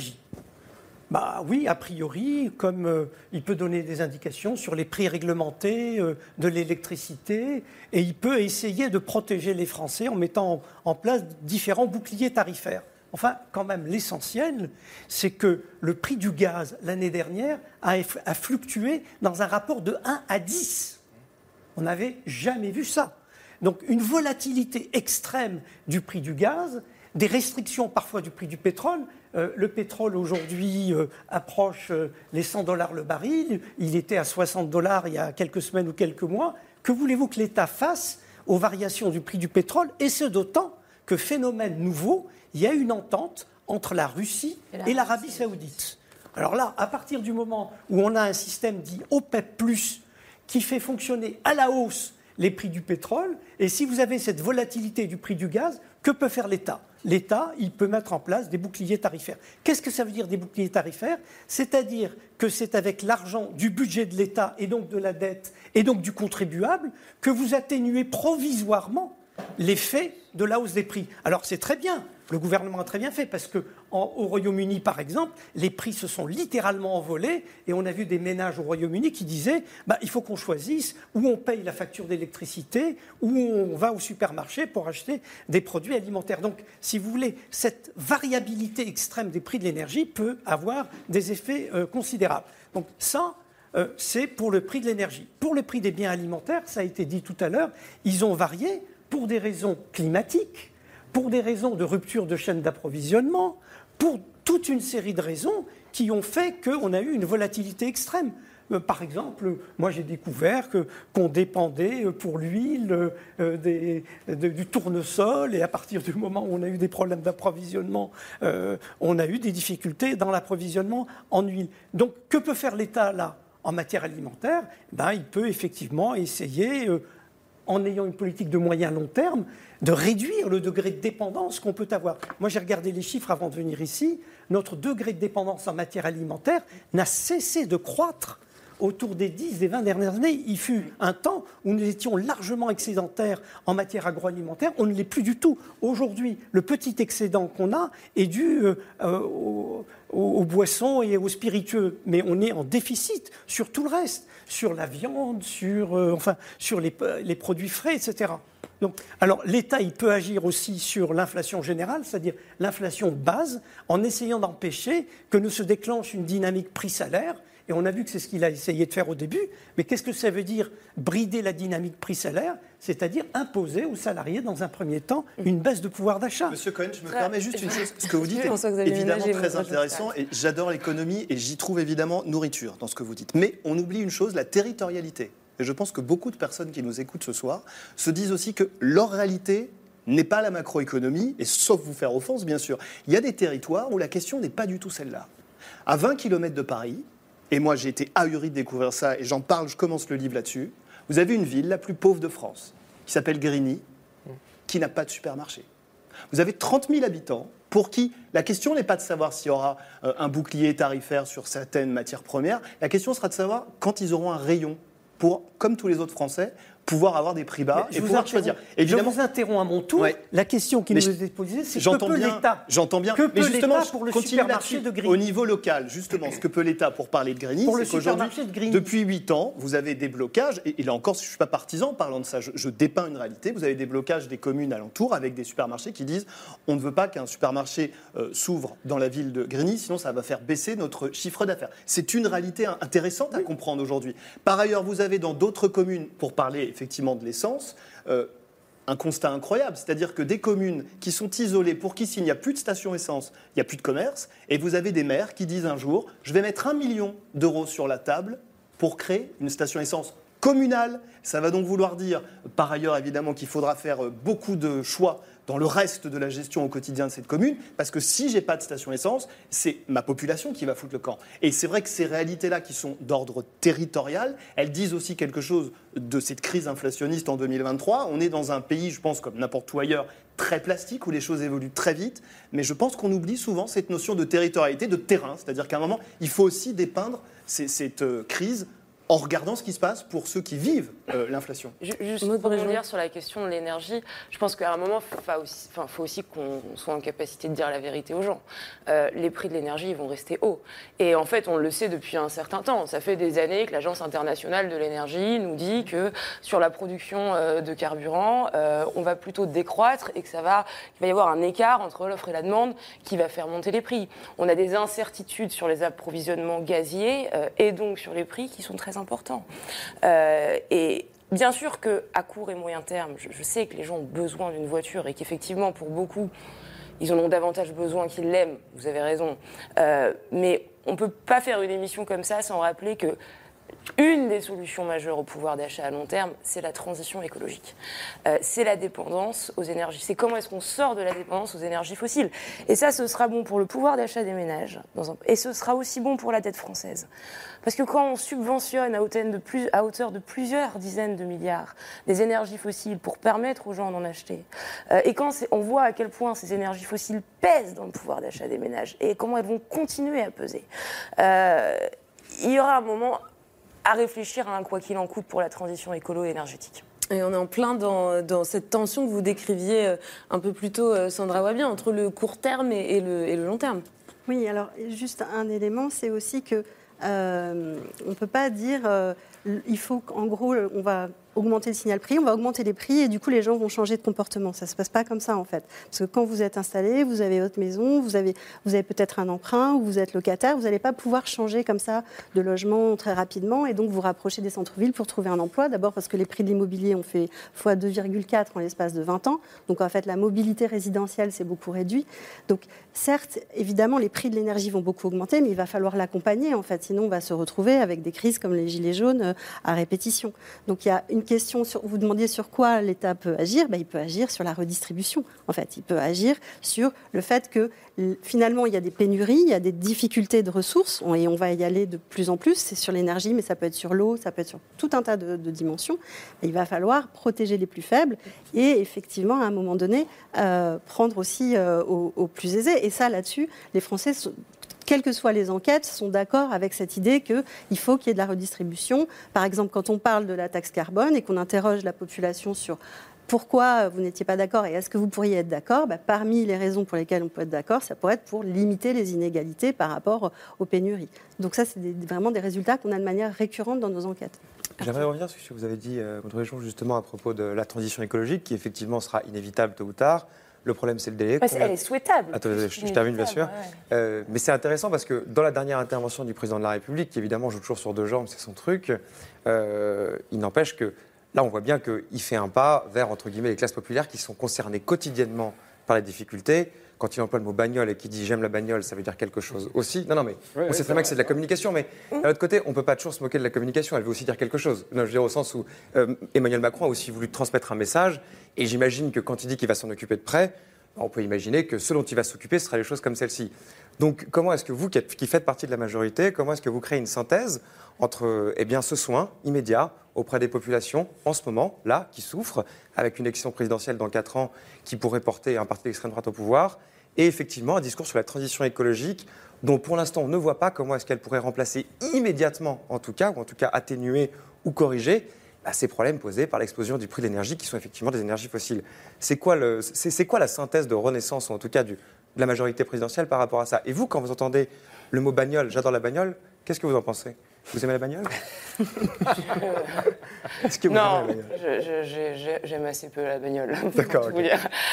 Bah oui, a priori, comme euh, il peut donner des indications sur les prix réglementés euh, de l'électricité, et il peut essayer de protéger les Français en mettant en, en place différents boucliers tarifaires. Enfin, quand même, l'essentiel, c'est que le prix du gaz, l'année dernière, a, a fluctué dans un rapport de un à dix. On n'avait jamais vu ça. Donc, une volatilité extrême du prix du gaz, des restrictions parfois du prix du pétrole. Euh, le pétrole aujourd'hui euh, approche euh, les cent dollars le baril. Il était à soixante dollars il y a quelques semaines ou quelques mois. Que voulez-vous que l'État fasse aux variations du prix du pétrole ? Et ce d'autant que, phénomène nouveau, il y a une entente entre la Russie et l'Arabie saoudite. Alors là, à partir du moment où on a un système dit OPEP plus, qui fait fonctionner à la hausse les prix du pétrole, et si vous avez cette volatilité du prix du gaz, que peut faire l'État ? L'État, il peut mettre en place des boucliers tarifaires. Qu'est-ce que ça veut dire des boucliers tarifaires ? C'est-à-dire que c'est avec l'argent du budget de l'État et donc de la dette et donc du contribuable que vous atténuez provisoirement l'effet de la hausse des prix. Alors c'est très bien, le gouvernement a très bien fait parce qu'au Royaume-Uni, par exemple, les prix se sont littéralement envolés et on a vu des ménages au Royaume-Uni qui disaient bah, il faut qu'on choisisse où on paye la facture d'électricité, où on va au supermarché pour acheter des produits alimentaires. Donc, si vous voulez, cette variabilité extrême des prix de l'énergie peut avoir des effets euh, considérables. Donc ça, euh, c'est pour le prix de l'énergie. Pour le prix des biens alimentaires, ça a été dit tout à l'heure, ils ont varié pour des raisons climatiques, pour des raisons de rupture de chaîne d'approvisionnement, pour toute une série de raisons qui ont fait qu'on a eu une volatilité extrême. Euh, par exemple, moi j'ai découvert que, qu'on dépendait pour l'huile euh, des, de, du tournesol, et à partir du moment où on a eu des problèmes d'approvisionnement, euh, on a eu des difficultés dans l'approvisionnement en huile. Donc que peut faire l'État là en matière alimentaire ? Ben, il peut effectivement essayer, euh, en ayant une politique de moyen long terme, de réduire le degré de dépendance qu'on peut avoir. Moi, j'ai regardé les chiffres avant de venir ici. Notre degré de dépendance en matière alimentaire n'a cessé de croître autour des dix, des vingt dernières années. Il fut un temps où nous étions largement excédentaires en matière agroalimentaire. On ne l'est plus du tout. Aujourd'hui, le petit excédent qu'on a est dû euh, aux, aux boissons et aux spiritueux. Mais on est en déficit sur tout le reste, sur la viande, sur, euh, enfin, sur les, les produits frais, et cetera. Donc, alors l'État, il peut agir aussi sur l'inflation générale, c'est-à-dire l'inflation de base, en essayant d'empêcher que ne se déclenche une dynamique prix-salaire. Et on a vu que c'est ce qu'il a essayé de faire au début. Mais qu'est-ce que ça veut dire brider la dynamique prix-salaire ? C'est-à-dire imposer aux salariés, dans un premier temps, une baisse de pouvoir d'achat. Monsieur Cohen, je me permets juste une chose. Ce que vous dites est évidemment très intéressant et j'adore l'économie et j'y trouve évidemment nourriture dans ce que vous dites. Mais on oublie une chose, la territorialité. Et je pense que beaucoup de personnes qui nous écoutent ce soir se disent aussi que leur réalité n'est pas la macroéconomie, et sauf vous faire offense, bien sûr. Il y a des territoires où la question n'est pas du tout celle-là. À vingt kilomètres de Paris, et moi j'ai été ahuri de découvrir ça, et j'en parle, je commence le livre là-dessus, vous avez une ville la plus pauvre de France, qui s'appelle Grigny, qui n'a pas de supermarché. Vous avez trente mille habitants, pour qui la question n'est pas de savoir s'il y aura euh, un bouclier tarifaire sur certaines matières premières, la question sera de savoir quand ils auront un rayon pour, comme tous les autres Français, pouvoir avoir des prix bas et pouvoir choisir. Évidemment, je vous interromps à mon tour. Ouais. La question qui mais nous est posée, c'est que peut bien, l'État J'entends bien. Que mais peut justement, l'État pour le supermarché de Grigny ? Au niveau local, justement, ce que peut l'État pour parler de Grigny, c'est qu'aujourd'hui, depuis huit ans, vous avez des blocages, et, et là encore, si je ne suis pas partisan, parlant de ça, je, je dépeins une réalité, vous avez des blocages des communes alentours avec des supermarchés qui disent on ne veut pas qu'un supermarché euh, s'ouvre dans la ville de Grigny, sinon ça va faire baisser notre chiffre d'affaires. C'est une réalité intéressante à comprendre aujourd'hui. Par ailleurs, vous avez dans d'autres communes, pour parler effectivement de l'essence, Euh, un constat incroyable, c'est-à-dire que des communes qui sont isolées, pour qui s'il n'y a plus de station essence, il n'y a plus de commerce, et vous avez des maires qui disent un jour je vais mettre un million d'euros sur la table pour créer une station essence communale. Ça va donc vouloir dire, par ailleurs évidemment, qu'il faudra faire beaucoup de choix dans le reste de la gestion au quotidien de cette commune, parce que si j'ai pas de station essence, c'est ma population qui va foutre le camp. Et c'est vrai que ces réalités-là, qui sont d'ordre territorial, elles disent aussi quelque chose de cette crise inflationniste en deux mille vingt-trois. On est dans un pays, je pense, comme n'importe où ailleurs, très plastique, où les choses évoluent très vite, mais je pense qu'on oublie souvent cette notion de territorialité, de terrain, c'est-à-dire qu'à un moment, il faut aussi dépeindre ces, cette euh, crise en regardant ce qui se passe pour ceux qui vivent euh, l'inflation. Juste pour rebondir sur la question de l'énergie, je pense qu'à un moment, il faut aussi, enfin, faut aussi qu'on soit en capacité de dire la vérité aux gens. Euh, les prix de l'énergie, ils vont rester hauts. Et en fait, on le sait depuis un certain temps. Ça fait des années que l'Agence internationale de l'énergie nous dit que sur la production euh, de carburant, euh, on va plutôt décroître et que ça va, qu'il va y avoir un écart entre l'offre et la demande qui va faire monter les prix. On a des incertitudes sur les approvisionnements gaziers euh, et donc sur les prix qui sont très important. Euh, et bien sûr qu'à court et moyen terme, je, je sais que les gens ont besoin d'une voiture et qu'effectivement, pour beaucoup, ils en ont davantage besoin qu'ils l'aiment, vous avez raison. Euh, mais on ne peut pas faire une émission comme ça sans rappeler que une des solutions majeures au pouvoir d'achat à long terme, c'est la transition écologique. Euh, c'est la dépendance aux énergies. C'est comment est-ce qu'on sort de la dépendance aux énergies fossiles. Et ça, ce sera bon pour le pouvoir d'achat des ménages. Dans un... Et ce sera aussi bon pour la dette française. Parce que quand on subventionne à hauteur de, plus... à hauteur de plusieurs dizaines de milliards des énergies fossiles pour permettre aux gens d'en acheter, euh, et quand on voit à quel point ces énergies fossiles pèsent dans le pouvoir d'achat des ménages et comment elles vont continuer à peser, euh, il y aura un moment à réfléchir à un quoi qu'il en coûte pour la transition écolo et énergétique. Et on est en plein dans, dans cette tension que vous décriviez un peu plus tôt, Sandra Wabien, entre le court terme et, et, le, et le long terme. Oui, alors juste un élément, c'est aussi que euh, on ne peut pas dire euh, il faut qu'en gros on va augmenter le signal prix, on va augmenter les prix et du coup les gens vont changer de comportement. Ça ne se passe pas comme ça en fait. Parce que quand vous êtes installé, vous avez votre maison, vous avez, vous avez peut-être un emprunt ou vous êtes locataire, vous n'allez pas pouvoir changer comme ça de logement très rapidement et donc vous rapprocher des centres-villes pour trouver un emploi. D'abord parce que les prix de l'immobilier ont fait fois deux virgule quatre en l'espace de vingt ans. Donc en fait la mobilité résidentielle s'est beaucoup réduite. Donc certes, évidemment les prix de l'énergie vont beaucoup augmenter, mais il va falloir l'accompagner en fait. Sinon on va se retrouver avec des crises comme les gilets jaunes à répétition. Donc il y a une question, sur, vous demandiez sur quoi l'État peut agir, ben, il peut agir sur la redistribution. En fait, il peut agir sur le fait que finalement il y a des pénuries, il y a des difficultés de ressources et on va y aller de plus en plus. C'est sur l'énergie, mais ça peut être sur l'eau, ça peut être sur tout un tas de, de dimensions. Et il va falloir protéger les plus faibles et effectivement à un moment donné euh, prendre aussi euh, aux, aux plus aisés. Et ça là-dessus, les Français sont, quelles que soient les enquêtes, sont d'accord avec cette idée qu'il faut qu'il y ait de la redistribution. Par exemple, quand on parle de la taxe carbone et qu'on interroge la population sur pourquoi vous n'étiez pas d'accord et est-ce que vous pourriez être d'accord, bah, parmi les raisons pour lesquelles on peut être d'accord, ça pourrait être pour limiter les inégalités par rapport aux pénuries. Donc ça, c'est des, vraiment des résultats qu'on a de manière récurrente dans nos enquêtes. J'aimerais revenir sur ce que vous avez dit, euh, contre Richon, justement à propos de la transition écologique, qui effectivement sera inévitable tôt ou tard. Le problème, c'est le délai. Bah, elle est souhaitable. Attendez, je, je termine, bien sûr. Ouais. Euh, mais c'est intéressant parce que dans la dernière intervention du président de la République, qui évidemment joue toujours sur deux jambes, c'est son truc, euh, il n'empêche que là, on voit bien qu'il fait un pas vers, entre guillemets, les classes populaires qui sont concernées quotidiennement par les difficultés. Quand il emploie le mot bagnole et qu'il dit j'aime la bagnole, ça veut dire quelque chose aussi. Non, non, mais ouais, on ouais, sait très bien que c'est de la communication, mais mmh. d'un autre côté, on ne peut pas toujours se moquer de la communication. Elle veut aussi dire quelque chose. Non, je veux dire au sens où euh, Emmanuel Macron a aussi voulu transmettre un message, et j'imagine que quand il dit qu'il va s'en occuper de près, on peut imaginer que ce dont il va s'occuper sera des choses comme celle-ci. Donc, comment est-ce que vous, qui faites partie de la majorité, comment est-ce que vous créez une synthèse entre eh bien, ce soin immédiat auprès des populations, en ce moment, là, qui souffrent, avec une élection présidentielle dans quatre ans qui pourrait porter un parti d'extrême droite au pouvoir, et effectivement un discours sur la transition écologique dont, pour l'instant, on ne voit pas comment est-ce qu'elle pourrait remplacer immédiatement, en tout cas, ou en tout cas atténuer ou corriger, bah, ces problèmes posés par l'explosion du prix de l'énergie, qui sont effectivement des énergies fossiles. C'est quoi, le, c'est, c'est quoi la synthèse de renaissance, ou en tout cas du, de la majorité présidentielle par rapport à ça? Et vous, quand vous entendez le mot bagnole, j'adore la bagnole, qu'est-ce que vous en pensez? Vous aimez la bagnole? Est-ce que vous non, aimez la bagnole? je, je, je, j'aime assez peu la bagnole. D'accord. Okay.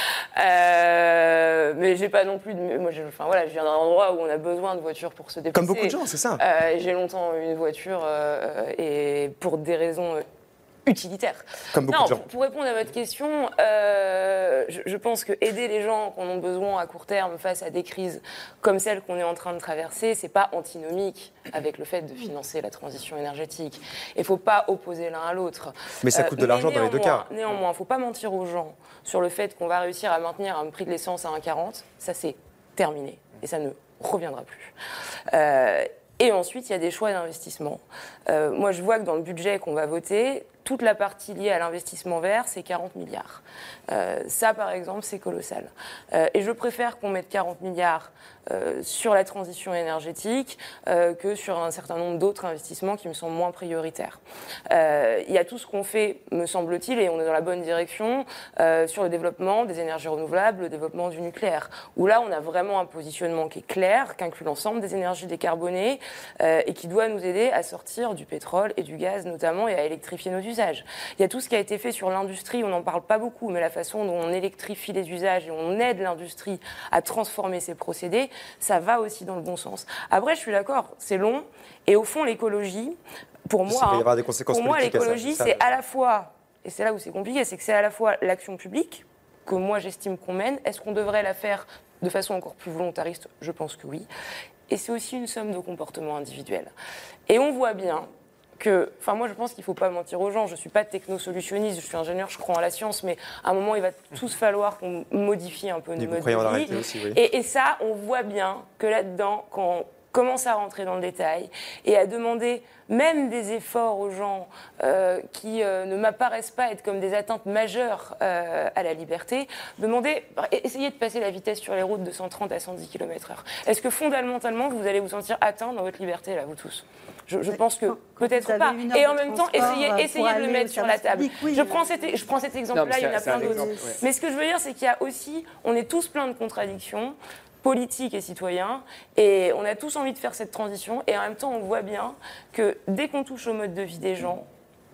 Euh, mais j'ai pas non plus. De, moi, je, enfin voilà, je viens d'un endroit où on a besoin de voitures pour se déplacer. Comme beaucoup de gens, c'est ça. Euh, j'ai longtemps eu une voiture euh, et pour des raisons utilitaire. Comme beaucoup non, de gens. Pour, pour répondre à votre question, euh, je, je pense que aider les gens qui en ont besoin à court terme face à des crises comme celle qu'on est en train de traverser, c'est pas antinomique avec le fait de financer la transition énergétique. Il faut pas opposer l'un à l'autre. Mais ça coûte euh, de l'argent dans les deux cas. Néanmoins, il faut pas mentir aux gens sur le fait qu'on va réussir à maintenir un prix de l'essence à un virgule quarante. Ça, c'est terminé et ça ne reviendra plus. Euh, Et ensuite, il y a des choix d'investissement. Euh, moi, je vois que dans le budget qu'on va voter, toute la partie liée à l'investissement vert, c'est quarante milliards. Euh, ça, par exemple, c'est colossal. Euh, et je préfère qu'on mette quarante milliards euh, sur la transition énergétique euh, que sur un certain nombre d'autres investissements qui me semblent moins prioritaires. Euh, il y a tout ce qu'on fait, me semble-t-il, et on est dans la bonne direction, euh, sur le développement des énergies renouvelables, le développement du nucléaire, où là, on a vraiment un positionnement qui est clair, qui inclut l'ensemble des énergies décarbonées euh, et qui doit nous aider à sortir du pétrole et du gaz, notamment, et à électrifier nos usages. Il y a tout ce qui a été fait sur l'industrie, on n'en parle pas beaucoup, mais la façon dont on électrifie les usages et on aide l'industrie à transformer ses procédés, ça va aussi dans le bon sens. Après, je suis d'accord, c'est long, et au fond, l'écologie, pour moi, il y aura des conséquences pour moi politiques à ça, l'écologie, ça, c'est à la fois, et c'est là où c'est compliqué, c'est que c'est à la fois l'action publique, que moi j'estime qu'on mène. Est-ce qu'on devrait la faire de façon encore plus volontariste ? Je pense que oui. Et c'est aussi une somme de comportements individuels. Et on voit bien que, enfin moi je pense qu'il ne faut pas mentir aux gens, je ne suis pas technosolutionniste, je suis ingénieur, je crois en la science, mais à un moment il va tous falloir qu'on modifie un peu nos modes de vie. Aussi, oui. et, et ça, on voit bien que là-dedans, quand on commence à rentrer dans le détail et à demander même des efforts aux gens euh, qui euh, ne m'apparaissent pas être comme des atteintes majeures euh, à la liberté, demander, essayez de passer la vitesse sur les routes de cent trente à cent dix kilomètres heure. Est-ce que fondamentalement vous allez vous sentir atteint dans votre liberté, là, vous tous ? Je, je pense que peut-être pas. Et en même temps, essayez, essayez de le mettre sur la table. Public, oui, je, prends cet, je prends cet exemple-là, il y en a plein d'autres. Ouais. Mais ce que je veux dire, c'est qu'il y a aussi, on est tous plein de contradictions, politiques et citoyens, et on a tous envie de faire cette transition, et en même temps, on voit bien que dès qu'on touche au mode de vie des gens,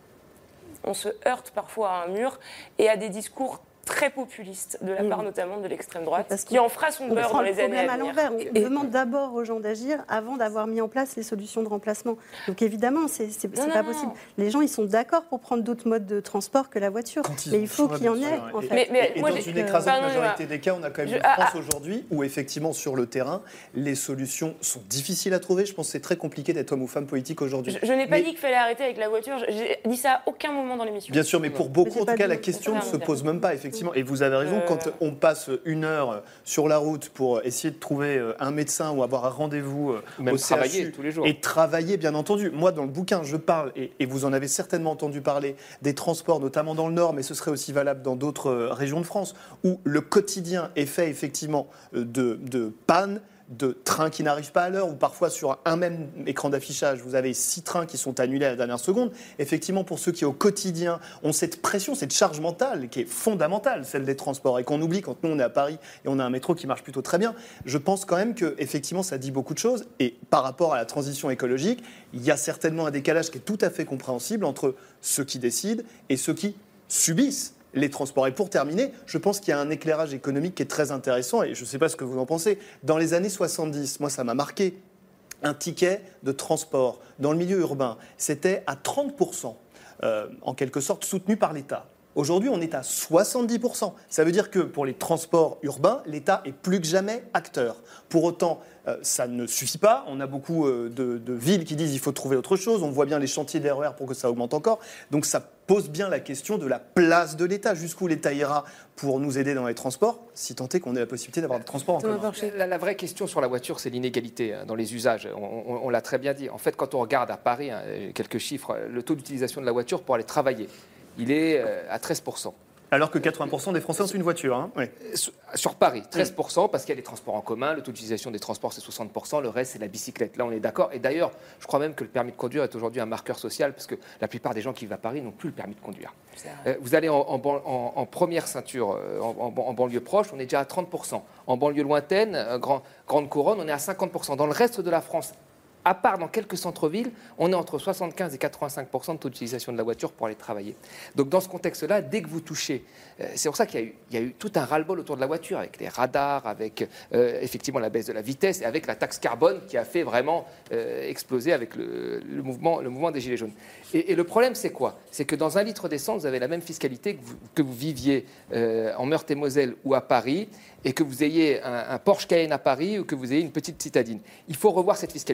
on se heurte parfois à un mur et à des discours très populiste de la part mmh. notamment de l'extrême droite, Parce qui en fera son beurre dans les années à venir. À on et demande d'abord aux gens d'agir avant d'avoir mis en place les solutions de remplacement. Donc évidemment, c'est, c'est, c'est non, pas non, possible. Non. Les gens, ils sont d'accord pour prendre d'autres modes de transport que la voiture, mais il faut qu'il y en ait. En fait. Mais, mais, et, moi, et dans une écrasante majorité des cas, on a quand même je, une France ah, aujourd'hui où effectivement sur le terrain, les solutions sont difficiles à trouver. Je pense que c'est très compliqué d'être homme ou femme politique aujourd'hui. Je, je n'ai pas mais, dit qu'il fallait arrêter avec la voiture. J'ai dit ça à aucun moment dans l'émission. Bien sûr, mais pour beaucoup, mais en tout cas, la question ne se pose même pas effectivement. Et vous avez raison. Quand on passe une heure sur la route pour essayer de trouver un médecin ou avoir un rendez-vous même au C H U travailler tous les jours. Et travailler, bien entendu. Moi, dans le bouquin, je parle, et, et vous en avez certainement entendu parler, des transports, notamment dans le Nord, mais ce serait aussi valable dans d'autres régions de France, où le quotidien est fait effectivement de, de pannes, de trains qui n'arrivent pas à l'heure, ou parfois sur un même écran d'affichage, vous avez six trains qui sont annulés à la dernière seconde. Effectivement, pour ceux qui au quotidien ont cette pression, cette charge mentale qui est fondamentale, celle des transports, et qu'on oublie quand nous on est à Paris et on a un métro qui marche plutôt très bien, je pense quand même que effectivement ça dit beaucoup de choses. Et par rapport à la transition écologique, il y a certainement un décalage qui est tout à fait compréhensible entre ceux qui décident et ceux qui subissent les transports. Et pour terminer, je pense qu'il y a un éclairage économique qui est très intéressant, et je ne sais pas ce que vous en pensez. Dans les années soixante-dix, moi ça m'a marqué, un ticket de transport dans le milieu urbain, c'était à trente pour cent, euh, en quelque sorte soutenu par l'État. Aujourd'hui, on est à soixante-dix pour cent. Ça veut dire que pour les transports urbains, l'État est plus que jamais acteur. Pour autant, euh, ça ne suffit pas. On a beaucoup euh, de, de villes qui disent qu'il faut trouver autre chose. On voit bien les chantiers des R E R pour que ça augmente encore. Donc ça pose bien la question de la place de l'État. Jusqu'où l'État ira pour nous aider dans les transports, si tant est qu'on ait la possibilité d'avoir des transports en commun. La, la vraie question sur la voiture, c'est l'inégalité hein, dans les usages. On, on, on l'a très bien dit. En fait, quand on regarde à Paris, hein, quelques chiffres, le taux d'utilisation de la voiture pour aller travailler, il est à treize pour cent. Alors que quatre-vingts pour cent des Français ont une voiture. Hein. Oui. Sur Paris, treize pour cent, parce qu'il y a les transports en commun, le taux d'utilisation des transports c'est soixante pour cent, le reste c'est la bicyclette. Là on est d'accord. Et d'ailleurs, je crois même que le permis de conduire est aujourd'hui un marqueur social, parce que la plupart des gens qui vivent à Paris n'ont plus le permis de conduire. Euh, vous allez en, en, en, en première ceinture, en, en, en banlieue proche, on est déjà à trente pour cent. En banlieue lointaine, grand, grande couronne, on est à cinquante pour cent. Dans le reste de la France, à part dans quelques centres-villes, on est entre soixante-quinze et quatre-vingt-cinq pour cent de taux d'utilisation de la voiture pour aller travailler. Donc dans ce contexte-là, dès que vous touchez, euh, c'est pour ça qu'il y a eu, il y a eu tout un ras-le-bol autour de la voiture, avec les radars, avec euh, effectivement la baisse de la vitesse, et avec la taxe carbone qui a fait vraiment euh, exploser avec le, le, mouvement, le mouvement des Gilets jaunes. Et, et le problème, c'est quoi ? C'est que dans un litre d'essence, vous avez la même fiscalité que vous, que vous viviez euh, en Meurthe-et-Moselle ou à Paris, et que vous ayez un, un Porsche Cayenne à Paris ou que vous ayez une petite citadine. Il faut revoir cette fiscalité.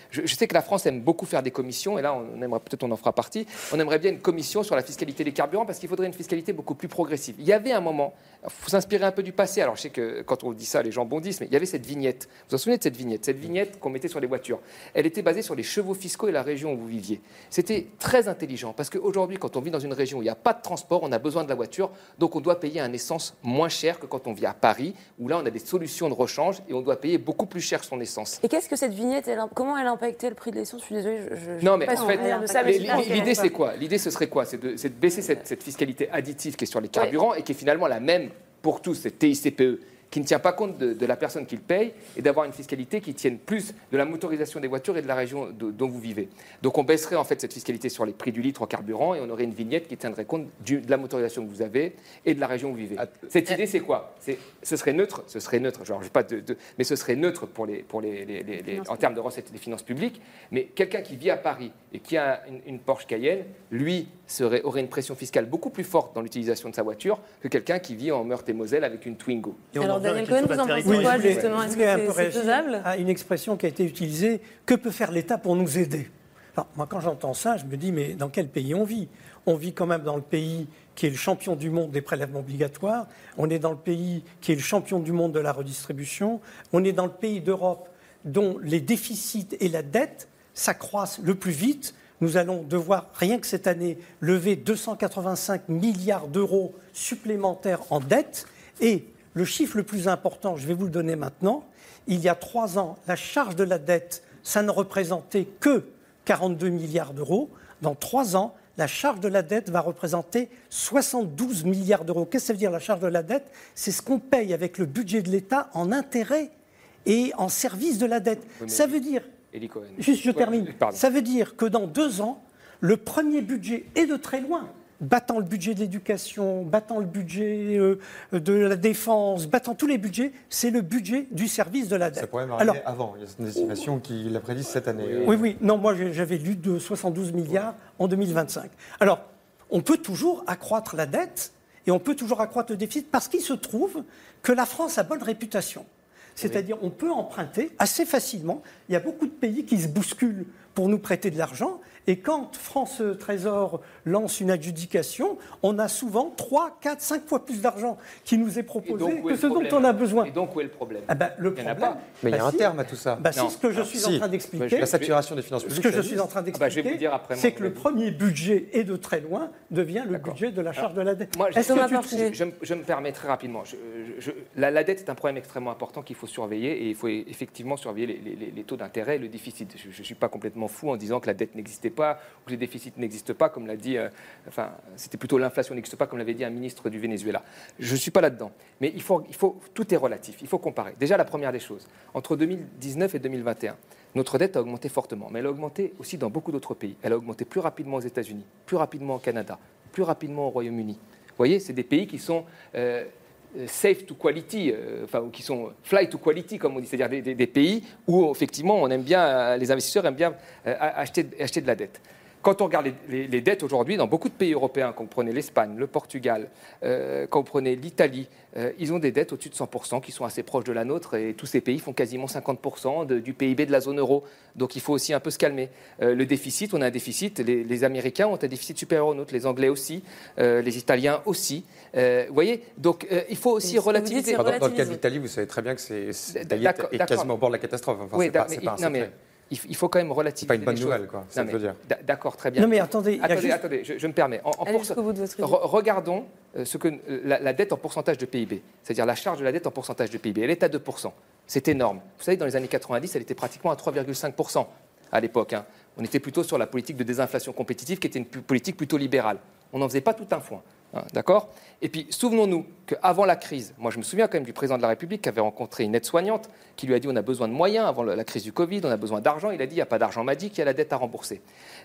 je, je sais que la France aime beaucoup faire des commissions, et là, on aimerait, peut-être on en fera partie, on aimerait bien une commission sur la fiscalité des carburants, parce qu'il faudrait une fiscalité beaucoup plus progressive. Il y avait un moment, il faut s'inspirer un peu du passé, alors je sais que quand on dit ça, les gens bondissent, mais il y avait cette vignette. Vous vous souvenez de cette vignette? Cette vignette qu'on mettait sur les voitures. Elle était basée sur les chevaux fiscaux et la région où vous viviez. C'était très intelligent, parce qu'aujourd'hui, quand on vit dans une région où il n'y a pas de transport, on a besoin de la voiture, donc on doit payer un essence moins cher que quand on vit à Paris, où là, on a des solutions de rechange, et on doit payer beaucoup plus cher son essence. Et qu'est-ce que cette vignette, elle, comment elle a impacté le prix de l'essence? Je suis désolée, je, je non, mais pas en fait, de ça, mais l'idée, c'est quoi? L'idée, ce serait quoi? C'est de, c'est de baisser cette, cette fiscalité additive qui est sur les carburants ouais. et qui est finalement la même pour tous, cette T I C P E, qui ne tient pas compte de, de la personne qui le paye, et d'avoir une fiscalité qui tienne plus de la motorisation des voitures et de la région de, dont vous vivez. Donc on baisserait en fait cette fiscalité sur les prix du litre au carburant, et on aurait une vignette qui tiendrait compte du, de la motorisation que vous avez et de la région où vous vivez. Cette idée, c'est quoi? c'est, Ce serait neutre, ce serait neutre, genre, je pas de, de, mais ce serait neutre pour les, pour les, les, les, les en termes de recettes des finances publiques, mais quelqu'un qui vit à Paris et qui a une, une Porsche Cayenne, lui, serait, aurait une pression fiscale beaucoup plus forte dans l'utilisation de sa voiture que quelqu'un qui vit en Meurthe-et-Moselle avec une Twingo. Alors Daniel Cohen, vous en pensez oui, quoi voulais, justement? Est-ce que c'est faisable? À une expression qui a été utilisée, que peut faire l'État pour nous aider? Alors, moi, quand j'entends ça, je me dis, mais dans quel pays on vit? On vit quand même dans le pays qui est le champion du monde des prélèvements obligatoires, on est dans le pays qui est le champion du monde de la redistribution, on est dans le pays d'Europe dont les déficits et la dette s'accroissent le plus vite. Nous allons devoir, rien que cette année, lever deux cent quatre-vingt-cinq milliards d'euros supplémentaires en dette. Et le chiffre le plus important, je vais vous le donner maintenant, il y a trois ans, la charge de la dette, ça ne représentait que quarante-deux milliards d'euros. Dans trois ans, la charge de la dette va représenter soixante-douze milliards d'euros. Qu'est-ce que ça veut dire, la charge de la dette? C'est ce qu'on paye avec le budget de l'État en intérêt et en service de la dette. Oui, ça veut dire... Juste, je termine. Ouais, ça veut dire que dans deux ans, le premier budget est de très loin, battant le budget de l'éducation, battant le budget euh, de la défense, battant tous les budgets, c'est le budget du service de la dette. Ça pourrait m'arriver Alors, avant. Il y a une estimation qui l'a prédit cette année. Oui, oui. Non, moi, j'avais lu de soixante-douze milliards en deux mille vingt-cinq. Alors, on peut toujours accroître la dette et on peut toujours accroître le déficit parce qu'il se trouve que la France a bonne réputation. C'est-à-dire on peut emprunter assez facilement. Il y a beaucoup de pays qui se bousculent pour nous prêter de l'argent. Et quand France Trésor lance une adjudication, on a souvent trois, quatre, cinq fois plus d'argent qui nous est proposé que ce dont on a besoin. Et donc où est le problème? ah ben, Le problème, pas. Mais il y a bah, un si, terme à tout ça. Bah, si, ce que je suis si. en train d'expliquer, la saturation des finances publiques. Ce que je suis en train d'expliquer, ah bah, c'est que le premier budget, et de très loin, devient le budget de la charge Alors, de la dette. Moi, je, je, je, je me permets très rapidement. Je, je, la, la dette est un problème extrêmement important qu'il faut surveiller, et il faut effectivement surveiller les, les, les taux d'intérêt et le déficit. Je ne suis pas complètement fou en disant que la dette n'existait pas ou que les déficits n'existent pas, comme l'a dit, euh, enfin, c'était plutôt l'inflation n'existe pas, comme l'avait dit un ministre du Venezuela. Je ne suis pas là-dedans. Mais il faut, il faut, tout est relatif, il faut comparer. Déjà, la première des choses, entre deux mille dix-neuf et deux mille vingt et un, notre dette a augmenté fortement, mais elle a augmenté aussi dans beaucoup d'autres pays. Elle a augmenté plus rapidement aux États-Unis, plus rapidement au Canada, plus rapidement au Royaume-Uni. Vous voyez, c'est des pays qui sont... Euh, safe to quality, euh, enfin, qui sont fly to quality, comme on dit, c'est-à-dire des, des, des pays où, effectivement, on aime bien, les investisseurs aiment bien euh, acheter, acheter de la dette. Quand on regarde les, les, les dettes aujourd'hui, dans beaucoup de pays européens, quand vous prenez l'Espagne, le Portugal, euh, quand vous prenez l'Italie, euh, ils ont des dettes au-dessus de cent pour cent qui sont assez proches de la nôtre, et tous ces pays font quasiment cinquante pour cent de, du P I B de la zone euro. Donc il faut aussi un peu se calmer. Euh, le déficit, on a un déficit, les, les Américains ont un déficit supérieur au nôtre, les Anglais aussi, euh, les Italiens aussi. Euh, vous voyez, donc euh, il faut aussi relativiser. Dans, dans le cas de l'Italie, vous savez très bien que c'est, l'Italie est quasiment au bord de la catastrophe. Enfin, oui, c'est pas, c'est pas un non, mais, il faut quand même relativiser. C'est pas une bonne les nouvelle, choses. quoi. Ça non, veut dire. D'accord, très bien. Non, mais attendez, attendez, juste... attendez je, je me permets. En, en pour... Re- regardons ce que la, la dette en pourcentage de P I B, c'est-à-dire la charge de la dette en pourcentage de P I B. Elle est à deux pour cent. C'est énorme. Vous savez, dans les années quatre-vingt-dix, elle était pratiquement à trois virgule cinq pour cent à l'époque. Hein. On était plutôt sur la politique de désinflation compétitive, qui était une politique plutôt libérale. On n'en faisait pas tout un foin. Hein, d'accord ? Et puis, souvenons-nous qu'avant la crise, moi je me souviens quand même du président de la République qui avait rencontré une aide-soignante qui lui a dit on a besoin de moyens avant la crise du Covid, on a besoin d'argent. Il a dit il n'y a pas d'argent magique, il y a la dette à rembourser.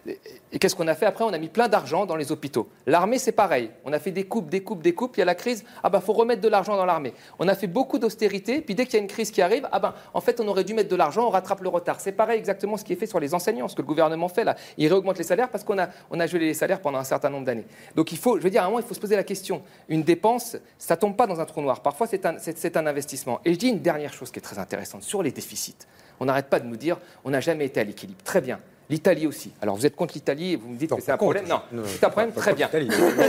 Et qu'est-ce qu'on a fait après ? On a mis plein d'argent dans les hôpitaux. L'armée, c'est pareil. On a fait des coupes, des coupes, des coupes. Il y a la crise, ah ben, faut remettre de l'argent dans l'armée. On a fait beaucoup d'austérité, puis dès qu'il y a une crise qui arrive, ah ben, en fait, on aurait dû mettre de l'argent, on rattrape le retard. C'est pareil exactement ce qui est fait sur les enseignants, ce que le gouvernement fait là. Il réaugmente les salaires parce qu'on a, on a gelé les salaires pendant un certain nombre d'années. Donc il faut, je veux dire, à un moment, il faut se poser la question. Une dépense, ça ne tombe pas dans un trou noir. Parfois, c'est un, c'est, c'est un investissement. Et je dis une dernière chose qui est très intéressante sur les déficits. On n'arrête pas de nous dire on n'a jamais été à l'équilibre. Très bien. L'Italie aussi. Alors, vous êtes contre l'Italie et vous me dites non, que c'est un problème. Non, non c'est un problème. Très bien.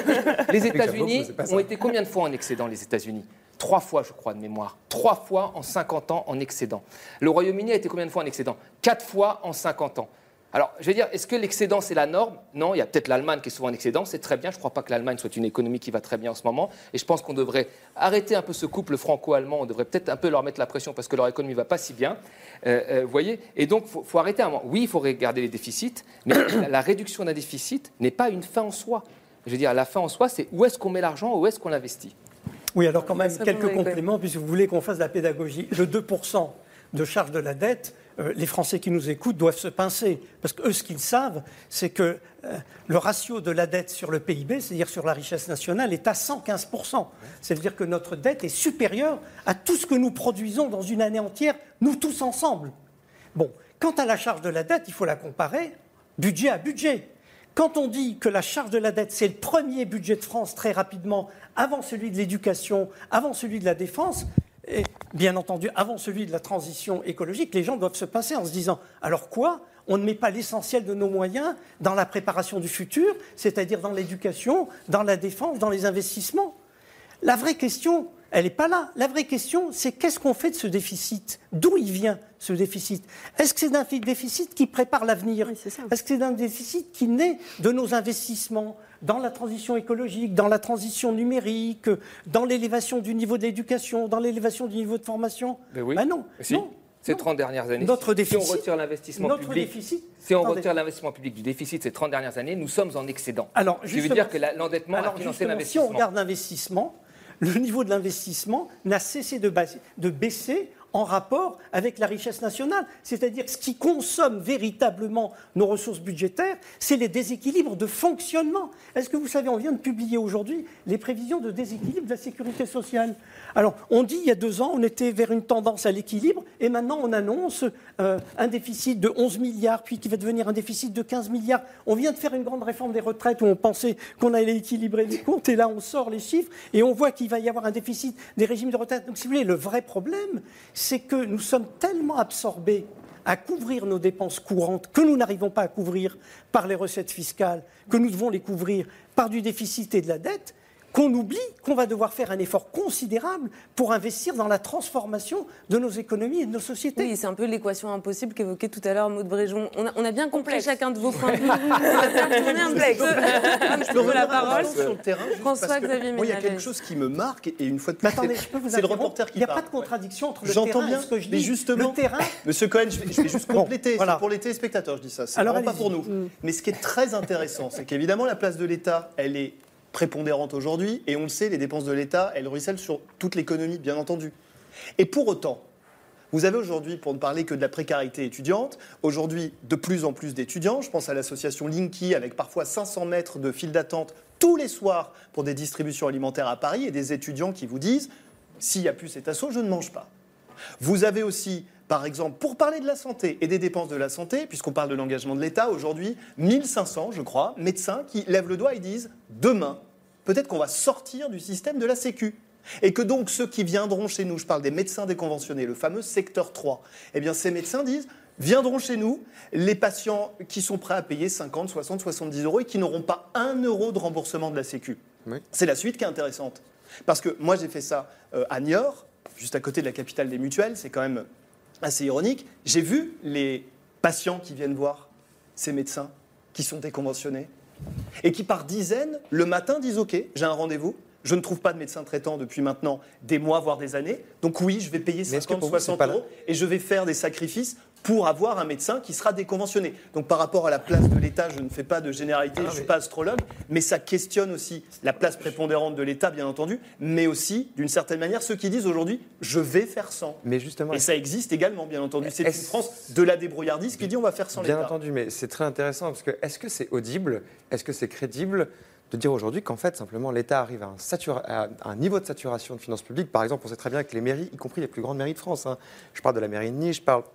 Les États-Unis ont été combien de fois en excédent, les États-Unis ? Trois fois, je crois, de mémoire. Trois fois en cinquante ans en excédent. Le Royaume-Uni a été combien de fois en excédent ? Quatre fois en cinquante ans. Alors, je vais dire, est-ce que l'excédent, c'est la norme ? Non, il y a peut-être l'Allemagne qui est souvent en excédent, c'est très bien. Je ne crois pas que l'Allemagne soit une économie qui va très bien en ce moment. Et je pense qu'on devrait arrêter un peu ce couple franco-allemand. On devrait peut-être un peu leur mettre la pression parce que leur économie ne va pas si bien. Euh, euh, vous voyez ? Et donc, il faut, faut arrêter un moment. Oui, il faut regarder les déficits, mais la réduction d'un déficit n'est pas une fin en soi. Je veux dire, la fin en soi, c'est où est-ce qu'on met l'argent, où est-ce qu'on l'investit ? Oui, alors quand même, quelques compléments, puisque vous voulez qu'on fasse de la pédagogie. Le deux pour cent de charge de la dette, euh, les Français qui nous écoutent doivent se pincer. Parce qu'eux, ce qu'ils savent, c'est que euh, le ratio de la dette sur le P I B, c'est-à-dire sur la richesse nationale, est à cent quinze pour cent. C'est-à-dire que notre dette est supérieure à tout ce que nous produisons dans une année entière, nous tous ensemble. Bon, quant à la charge de la dette, il faut la comparer budget à budget. Quand on dit que la charge de la dette, c'est le premier budget de France très rapidement, avant celui de l'éducation, avant celui de la défense, et bien entendu avant celui de la transition écologique, les gens doivent se passer en se disant « alors quoi ? On ne met pas l'essentiel de nos moyens dans la préparation du futur, c'est-à-dire dans l'éducation, dans la défense, dans les investissements ?» La vraie question, elle n'est pas là. La vraie question, c'est qu'est-ce qu'on fait de ce déficit ? D'où il vient, ce déficit ? Est-ce que c'est un déficit qui prépare l'avenir ? Oui, c'est ça. Est-ce que c'est un déficit qui naît de nos investissements dans la transition écologique, dans la transition numérique, dans l'élévation du niveau de l'éducation, dans l'élévation du niveau de formation ? Ben oui. Ben non, si. non. Ces trente dernières années, notre déficit, si on retire l'investissement notre public, déficit, si on attendez. retire l'investissement public du déficit ces trente dernières années, nous sommes en excédent. Alors, Ce qui veut dire que la, l'endettement alors, a financé l'investissement. Si on l'investissement. regarde l'investissement, le niveau de l'investissement n'a cessé de, bas- de baisser en rapport avec la richesse nationale. C'est-à-dire que ce qui consomme véritablement nos ressources budgétaires, c'est les déséquilibres de fonctionnement. Est-ce que vous savez, on vient de publier aujourd'hui les prévisions de déséquilibre de la sécurité sociale. Alors, on dit il y a deux ans, on était vers une tendance à l'équilibre, et maintenant on annonce euh, un déficit de onze milliards, puis qui va devenir un déficit de quinze milliards. On vient de faire une grande réforme des retraites où on pensait qu'on allait équilibrer les comptes, et là on sort les chiffres, et on voit qu'il va y avoir un déficit des régimes de retraite. Donc, si vous voulez, le vrai problème, c'est que nous sommes tellement absorbés à couvrir nos dépenses courantes que nous n'arrivons pas à couvrir par les recettes fiscales, que nous devons les couvrir par du déficit et de la dette, qu'on oublie qu'on va devoir faire un effort considérable pour investir dans la transformation de nos économies et de nos sociétés. Oui, c'est un peu l'équation impossible qu'évoquait tout à l'heure Maud Bréjon. On a, on a bien compris chacun de vos points de vue. On a bien tourné un complexe. Je peux la parole sur le terrain. François-Xavier Moi, il y a Ménagez. quelque chose qui me marque, et une fois de plus, attendez, je peux vous c'est le reporter qui Il n'y a parle. pas de contradiction entre le J'entends terrain bien, et ce que je dis. mais justement, le terrain... Monsieur Cohen, je vais, je vais juste compléter, Bon, voilà. c'est pour les téléspectateurs, je dis ça, c'est Alors, vraiment pas allez-y. pour nous. Mm. Mais ce qui est très intéressant, c'est qu'évidemment, la place de l'État, elle est prépondérante aujourd'hui, et on le sait, les dépenses de l'État, elles ruissellent sur toute l'économie, bien entendu. Et pour autant, vous avez aujourd'hui, pour ne parler que de la précarité étudiante, aujourd'hui de plus en plus d'étudiants, je pense à l'association Linky, avec parfois cinq cents mètres de file d'attente tous les soirs pour des distributions alimentaires à Paris, et des étudiants qui vous disent, s'il n'y a plus cet assaut, je ne mange pas. Vous avez aussi, par exemple, pour parler de la santé et des dépenses de la santé, puisqu'on parle de l'engagement de l'État, aujourd'hui, mille cinq cents, je crois, médecins qui lèvent le doigt et disent « Demain, peut-être qu'on va sortir du système de la Sécu ». Et que donc ceux qui viendront chez nous, je parle des médecins déconventionnés, le fameux secteur trois, eh bien ces médecins disent « Viendront chez nous les patients qui sont prêts à payer cinquante, soixante, soixante-dix euros et qui n'auront pas un euro de remboursement de la Sécu. Oui. » C'est la suite qui est intéressante. Parce que moi, j'ai fait ça euh, à Niort, juste à côté de la capitale des mutuelles, c'est quand même assez ironique. J'ai vu les patients qui viennent voir ces médecins qui sont déconventionnés et qui, par dizaines, le matin, disent « Ok, j'ai un rendez-vous, je ne trouve pas de médecin traitant depuis maintenant des mois, voire des années, donc oui, je vais payer cinquante, soixante euros et je vais faire des sacrifices pour avoir un médecin qui sera déconventionné. » Donc par rapport à la place de l'État, je ne fais pas de généralité, ah, je ne suis mais... pas astrologue, mais ça questionne aussi la place prépondérante de l'État, bien entendu, mais aussi, d'une certaine manière, ceux qui disent aujourd'hui « je vais faire sans ». Mais justement, et ça existe également, bien entendu. C'est une France de la débrouillardise qui dit « on va faire sans l'État ». Bien entendu, mais c'est très intéressant, parce que est-ce que c'est audible, est-ce que c'est crédible de dire aujourd'hui qu'en fait, simplement, l'État arrive à un, satura- à un niveau de saturation de finances publiques. Par exemple, on sait très bien que les mairies, y compris les plus grandes mairies de France, hein, je parle de la mairie de Nice, je parle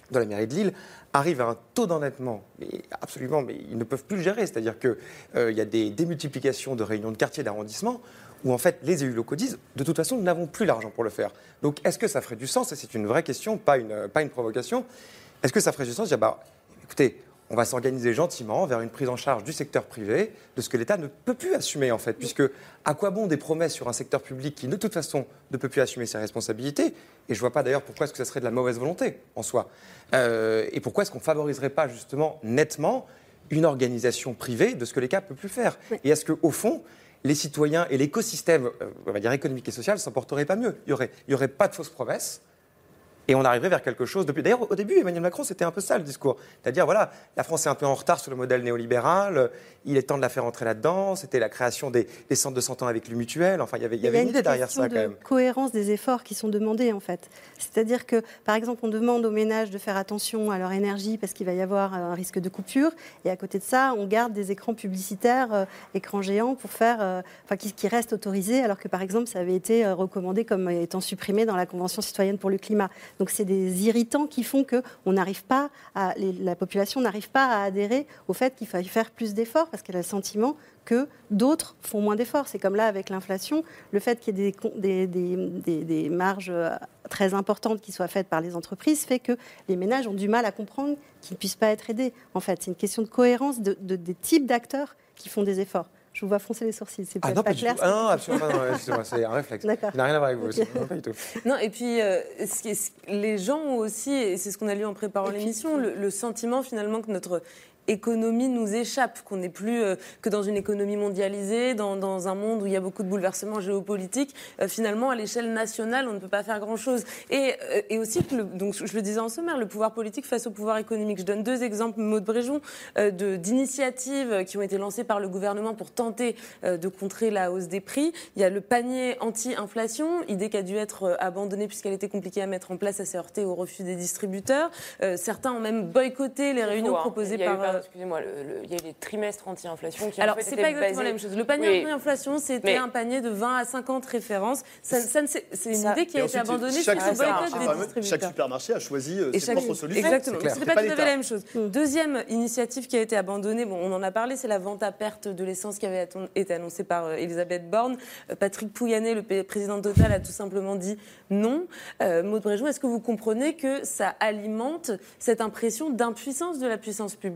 de la mairie de Lille arrivent à un taux d'endettement, mais absolument, mais ils ne peuvent plus le gérer. C'est-à-dire qu'il euh, y a des démultiplications de réunions de quartier, d'arrondissement, où en fait les élus locaux disent de toute façon nous n'avons plus l'argent pour le faire. Donc est-ce que ça ferait du sens, et c'est une vraie question, pas une, pas une provocation, est-ce que ça ferait du sens de dire bah écoutez, on va s'organiser gentiment vers une prise en charge du secteur privé de ce que l'État ne peut plus assumer en fait, puisque à quoi bon des promesses sur un secteur public qui de toute façon ne peut plus assumer ses responsabilités, et je ne vois pas d'ailleurs pourquoi est-ce que ça serait de la mauvaise volonté en soi, euh, et pourquoi est-ce qu'on ne favoriserait pas justement nettement une organisation privée de ce que l'État ne peut plus faire, oui. Et est-ce qu'au fond, les citoyens et l'écosystème, euh, on va dire économique et social, ne s'en porteraient pas mieux. Il n'y aurait, il y aurait pas de fausses promesses. Et on arriverait vers quelque chose depuis. D'ailleurs, au début, Emmanuel Macron, c'était un peu ça le discours. C'est-à-dire, voilà, la France est un peu en retard sur le modèle néolibéral, il est temps de la faire entrer là-dedans, c'était la création des, des centres de santé avec le mutuel, enfin, il y avait, il y avait une idée derrière ça quand même. Il y a une question de cohérence des efforts qui sont demandés, en fait. C'est-à-dire que, par exemple, on demande aux ménages de faire attention à leur énergie parce qu'il va y avoir un risque de coupure, et à côté de ça, on garde des écrans publicitaires, euh, écrans géants, pour faire, euh, enfin, qui, qui restent autorisés, alors que, par exemple, ça avait été recommandé comme étant supprimé dans la Convention citoyenne pour le climat. Donc c'est des irritants qui font que on n'arrive pas à, les, la population n'arrive pas à adhérer au fait qu'il faille faire plus d'efforts parce qu'elle a le sentiment que d'autres font moins d'efforts. C'est comme là avec l'inflation, le fait qu'il y ait des, des, des, des, des marges très importantes qui soient faites par les entreprises fait que les ménages ont du mal à comprendre qu'ils ne puissent pas être aidés. En fait, c'est une question de cohérence de, de, des types d'acteurs qui font des efforts. Je vous vois foncer les sourcils, c'est peut-être ah non, pas, pas clair. Ah non, absolument pas, non, c'est un réflexe. D'accord. Ça n'a rien à voir avec vous, Okay. c'est pas du tout. Non, et puis, euh, ce qui est, les gens ont aussi, et c'est ce qu'on a lu en préparant l'émission, le, le sentiment finalement que notre économie nous échappe, qu'on n'est plus euh, que dans une économie mondialisée, dans, dans un monde où il y a beaucoup de bouleversements géopolitiques. Euh, finalement, à l'échelle nationale, on ne peut pas faire grand-chose. Et, euh, et aussi, le, donc, je le disais en sommaire, le pouvoir politique face au pouvoir économique. Je donne deux exemples, Maud Bréjon, euh, de, d'initiatives qui ont été lancées par le gouvernement pour tenter euh, de contrer la hausse des prix. Il y a le panier anti-inflation, idée qui a dû être abandonnée puisqu'elle était compliquée à mettre en place, ça s'est heurté au refus des distributeurs. Euh, certains ont même boycotté les réunions hein. proposées par... par... Excusez-moi, le, le, il y a les trimestres anti-inflation qui Alors, en fait c'est étaient pas exactement basés... la même chose. Le panier oui. anti-inflation, c'était mais... un panier de vingt à cinquante références. Ça, ça ne, c'est une ça... idée qui a été abandonnée chaque sur le boycott des distributeurs. Chaque supermarché a choisi euh, Et ses chaque... propres solutions. Exactement. C'est C'était pas, pas tout à fait la même chose. Deuxième initiative qui a été abandonnée, bon, on en a parlé, c'est la vente à perte de l'essence qui avait été annoncée par euh, Elisabeth Borne. Euh, Patrick Pouyanné, le président de Total, a tout simplement dit non. Euh, Maud Bréjon, est-ce que vous comprenez que ça alimente cette impression d'impuissance de la puissance publique ?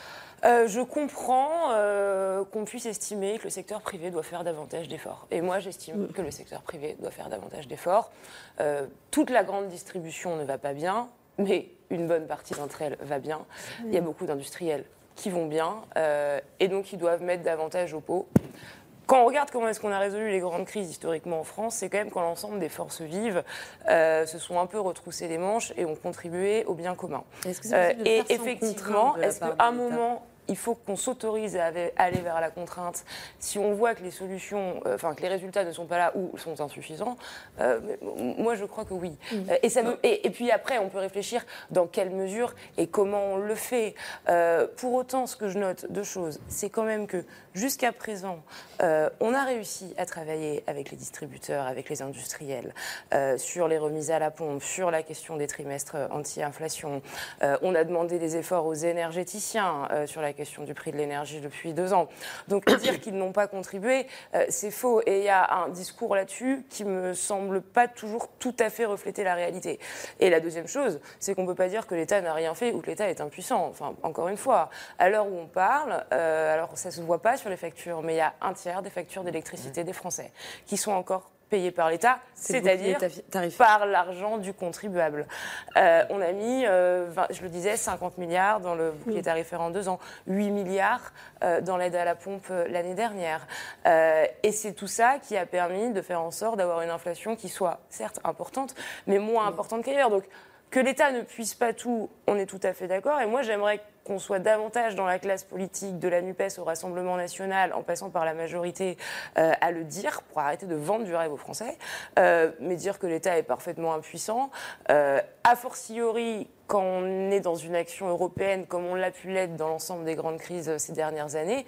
Euh, je comprends euh, qu'on puisse estimer que le secteur privé doit faire davantage d'efforts. Et moi, j'estime mmh. que le secteur privé doit faire davantage d'efforts. Euh, toute la grande distribution ne va pas bien, mais une bonne partie d'entre elles va bien. Mmh. Il y a beaucoup d'industriels qui vont bien, euh, et donc ils doivent mettre davantage au pot. Quand on regarde comment est-ce qu'on a résolu les grandes crises historiquement en France, c'est quand même quand l'ensemble des forces vives euh, se sont un peu retroussées les manches et ont contribué au bien commun. Est-ce que c'est possible de euh, faire et effectivement, est-ce qu'à un moment il faut qu'on s'autorise à aller vers la contrainte si on voit que les solutions, euh, enfin que les résultats ne sont pas là ou sont insuffisants? euh, Moi, je crois que oui. Mmh. Et, ça me, et, et puis après, on peut réfléchir dans quelle mesure et comment on le fait. Euh, pour autant, ce que je note, deux choses, c'est quand même que jusqu'à présent, euh, on a réussi à travailler avec les distributeurs, avec les industriels, euh, sur les remises à la pompe, sur la question des trimestres anti-inflation. Euh, on a demandé des efforts aux énergéticiens euh, sur la question du prix de l'énergie depuis deux ans. Donc dire qu'ils n'ont pas contribué, euh, c'est faux. Et il y a un discours là-dessus qui me semble pas toujours tout à fait refléter la réalité. Et la deuxième chose, c'est qu'on peut pas dire que l'État n'a rien fait ou que l'État est impuissant. Enfin, encore une fois, à l'heure où on parle, euh, alors ça se voit pas sur les factures, mais il y a un tiers des factures d'électricité des Français qui sont encore payés par l'État, c'est c'est-à-dire par l'argent du contribuable. Euh, on a mis, euh, vingt, je le disais, cinquante milliards dans le bouclier tarifaire en deux ans, huit milliards euh, dans l'aide à la pompe euh, l'année dernière. Euh, et c'est tout ça qui a permis de faire en sorte d'avoir une inflation qui soit certes importante, mais moins importante qu'ailleurs. Donc, que l'État ne puisse pas tout, on est tout à fait d'accord. Et moi, j'aimerais qu'on soit davantage dans la classe politique de la NUPES au Rassemblement national, en passant par la majorité, euh, à le dire, pour arrêter de vendre du rêve aux Français, euh, mais dire que l'État est parfaitement impuissant. Euh, a fortiori, quand on est dans une action européenne, comme on l'a pu l'être dans l'ensemble des grandes crises ces dernières années,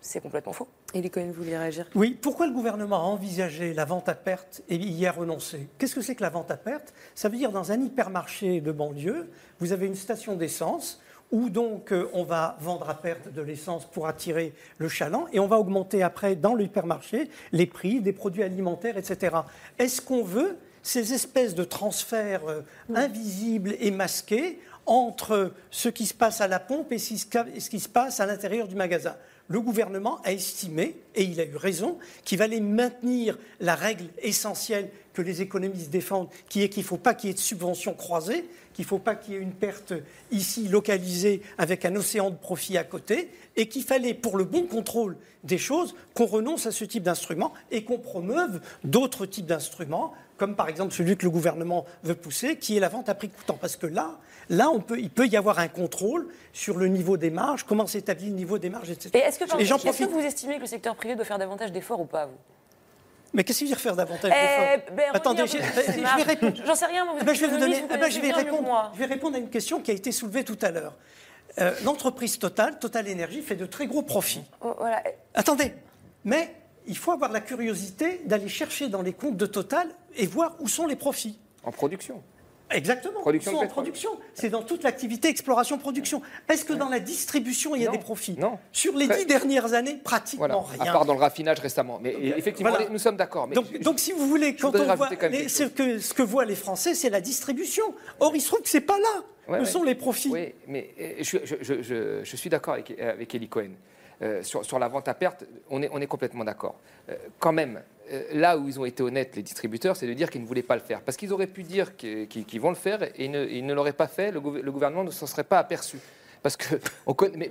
c'est complètement faux. Elie Cohen, vous voulez réagir? Oui, pourquoi le gouvernement a envisagé la vente à perte et y a renoncé? Qu'est-ce que c'est que la vente à perte? Ça veut dire dans un hypermarché de banlieue, vous avez une station d'essence où donc euh, on va vendre à perte de l'essence pour attirer le chaland et on va augmenter après dans l'hypermarché les prix des produits alimentaires, et cetera. Est-ce qu'on veut ces espèces de transferts euh, invisibles et masqués entre ce qui se passe à la pompe et ce qui se passe à l'intérieur du magasin? Le gouvernement a estimé, et il a eu raison, qu'il valait maintenir la règle essentielle que les économistes défendent, qui est qu'il ne faut pas qu'il y ait de subventions croisées, qu'il ne faut pas qu'il y ait une perte ici localisée avec un océan de profit à côté, et qu'il fallait, pour le bon contrôle des choses, qu'on renonce à ce type d'instrument et qu'on promeuve d'autres types d'instruments, comme par exemple celui que le gouvernement veut pousser, qui est la vente à prix coûtant. Parce que là, là on peut, il peut y avoir un contrôle sur le niveau des marges, comment s'établit le niveau des marges, et cetera. Et est-ce que, pardon, est-ce profite... que vous estimez que le secteur privé doit faire davantage d'efforts ou pas, vous? Mais qu'est-ce que veut dire faire davantage eh, d'efforts? ben, Attendez, je, je vais répondre. J'en sais rien, moi, vous eh ben, je vais vous donner. vous eh ben, je vais répondre. Je vais répondre à une question qui a été soulevée tout à l'heure. Euh, l'entreprise Total, Total Énergie, fait de très gros profits. Oh, voilà. Attendez, mais il faut avoir la curiosité d'aller chercher dans les comptes de Total et voir où sont les profits. En production. Exactement. Production Ils sont en production. C'est dans toute l'activité exploration-production. Est-ce que dans la distribution, il y a non, des profits? Non. Sur les dix dernières années, pratiquement voilà. rien. À part dans le raffinage récemment. Mais okay. effectivement, voilà. nous sommes d'accord. Mais donc, je, donc, si vous voulez, quand on voit les, ce, que, ce que voient les Français, c'est la distribution. Or, il se trouve que ce n'est pas là. Ouais, où ouais. sont les profits? Oui, mais je, je, je, je, je suis d'accord avec, avec Elie Cohen. Euh, sur, sur la vente à perte, on est, on est complètement d'accord. Euh, quand même, euh, là où ils ont été honnêtes, les distributeurs, c'est de dire qu'ils ne voulaient pas le faire. Parce qu'ils auraient pu dire qu'ils, qu'ils vont le faire et ils ne, ils ne l'auraient pas fait, le, gouv- le gouvernement ne s'en serait pas aperçu. Parce qu'on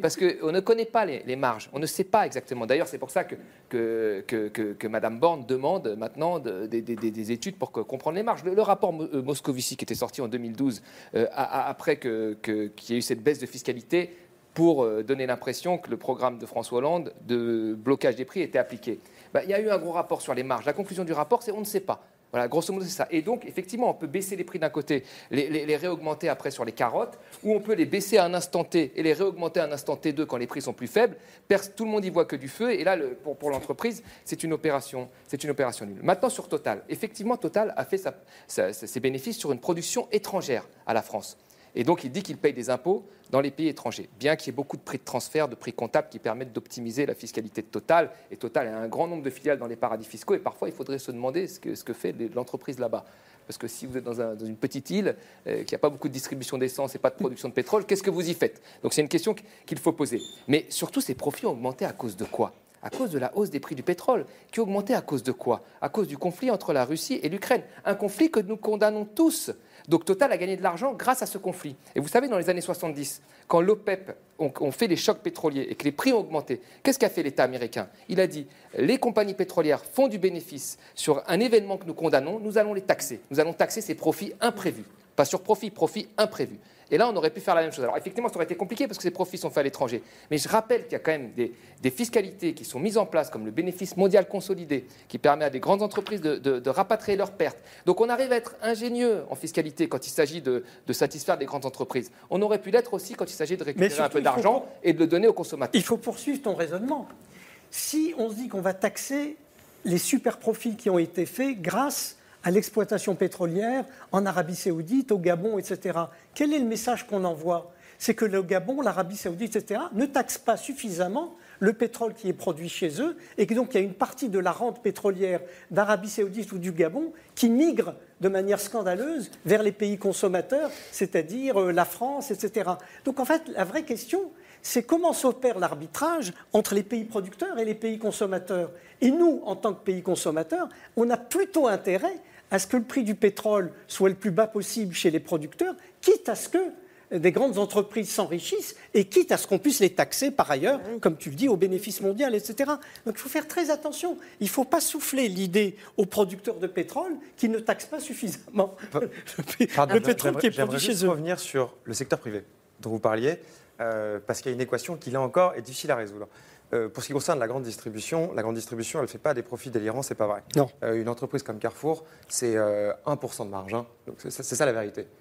ne connaît pas les, les marges, on ne sait pas exactement. D'ailleurs, c'est pour ça que, que, que, que, que Mme Borne demande maintenant de, de, de, de, des études pour que, comprendre les marges. Le, le rapport Moscovici qui était sorti en deux mille douze, euh, a, a, après que, que, qu'il y ait eu cette baisse de fiscalité, pour donner l'impression que le programme de François Hollande de blocage des prix était appliqué. Ben, il y a eu un gros rapport sur les marges. La conclusion du rapport, c'est on ne sait pas. Voilà, grosso modo, c'est ça. Et donc, effectivement, on peut baisser les prix d'un côté, les, les, les réaugmenter après sur les carottes, ou on peut les baisser à un instant T et les réaugmenter à un instant T deux quand les prix sont plus faibles. Tout le monde y voit que du feu. Et là, le, pour, pour l'entreprise, c'est une opération, c'est une opération nulle. Maintenant, sur Total. Effectivement, Total a fait sa, sa, ses bénéfices sur une production étrangère à la France. Et donc, il dit qu'il paye des impôts dans les pays étrangers, bien qu'il y ait beaucoup de prix de transfert, de prix comptables qui permettent d'optimiser la fiscalité de Total. Et Total a un grand nombre de filiales dans les paradis fiscaux. Et parfois, il faudrait se demander ce que, ce que fait l'entreprise là-bas. Parce que si vous êtes dans, un, dans une petite île, euh, qui n'a pas beaucoup de distribution d'essence et pas de production de pétrole, qu'est-ce que vous y faites? Donc, c'est une question qu'il faut poser. Mais surtout, ces profits ont augmenté à cause de quoi? À cause de la hausse des prix du pétrole, qui a augmenté à cause de quoi? À cause du conflit entre la Russie et l'Ukraine. Un conflit que nous condamnons tous. Donc Total a gagné de l'argent grâce à ce conflit. Et vous savez, dans les années soixante-dix, quand l'OPEP ont, ont fait les chocs pétroliers et que les prix ont augmenté, qu'est-ce qu'a fait l'État américain? Il a dit, les compagnies pétrolières font du bénéfice sur un événement que nous condamnons, nous allons les taxer. Nous allons taxer ces profits imprévus. Pas sur profit, profit imprévu. Et là, on aurait pu faire la même chose. Alors, effectivement, ça aurait été compliqué parce que ces profits sont faits à l'étranger. Mais je rappelle qu'il y a quand même des, des fiscalités qui sont mises en place, comme le bénéfice mondial consolidé, qui permet à des grandes entreprises de, de, de rapatrier leurs pertes. Donc, on arrive à être ingénieux en fiscalité quand il s'agit de, de satisfaire des grandes entreprises. On aurait pu l'être aussi quand il s'agit de récupérer surtout, un peu d'argent pour... et de le donner aux consommateurs. Il faut poursuivre ton raisonnement. Si on se dit qu'on va taxer les super profits qui ont été faits grâce à l'exploitation pétrolière en Arabie Saoudite, au Gabon, et cetera. Quel est le message qu'on envoie? C'est que le Gabon, l'Arabie Saoudite, et cetera, ne taxent pas suffisamment le pétrole qui est produit chez eux, et que donc il y a une partie de la rente pétrolière d'Arabie Saoudite ou du Gabon qui migre de manière scandaleuse vers les pays consommateurs, c'est-à-dire la France, et cetera. Donc en fait, la vraie question, c'est comment s'opère l'arbitrage entre les pays producteurs et les pays consommateurs. Et nous, en tant que pays consommateurs, on a plutôt intérêt à ce que le prix du pétrole soit le plus bas possible chez les producteurs, quitte à ce que des grandes entreprises s'enrichissent et quitte à ce qu'on puisse les taxer par ailleurs, oui. comme tu le dis, au bénéfice mondial, et cetera. Donc il faut faire très attention. Il ne faut pas souffler l'idée aux producteurs de pétrole qui ne taxent pas suffisamment Pardon, le pétrole qui est produit chez eux. J'aimerais revenir sur le secteur privé dont vous parliez, euh, parce qu'il y a une équation qui, là encore, est difficile à résoudre. Euh, pour ce qui concerne la grande distribution, la grande distribution, elle ne fait pas des profits délirants, c'est pas vrai. Non. Euh, une entreprise comme Carrefour, c'est euh, un pour cent de marge. Hein. Donc c'est, c'est ça la vérité.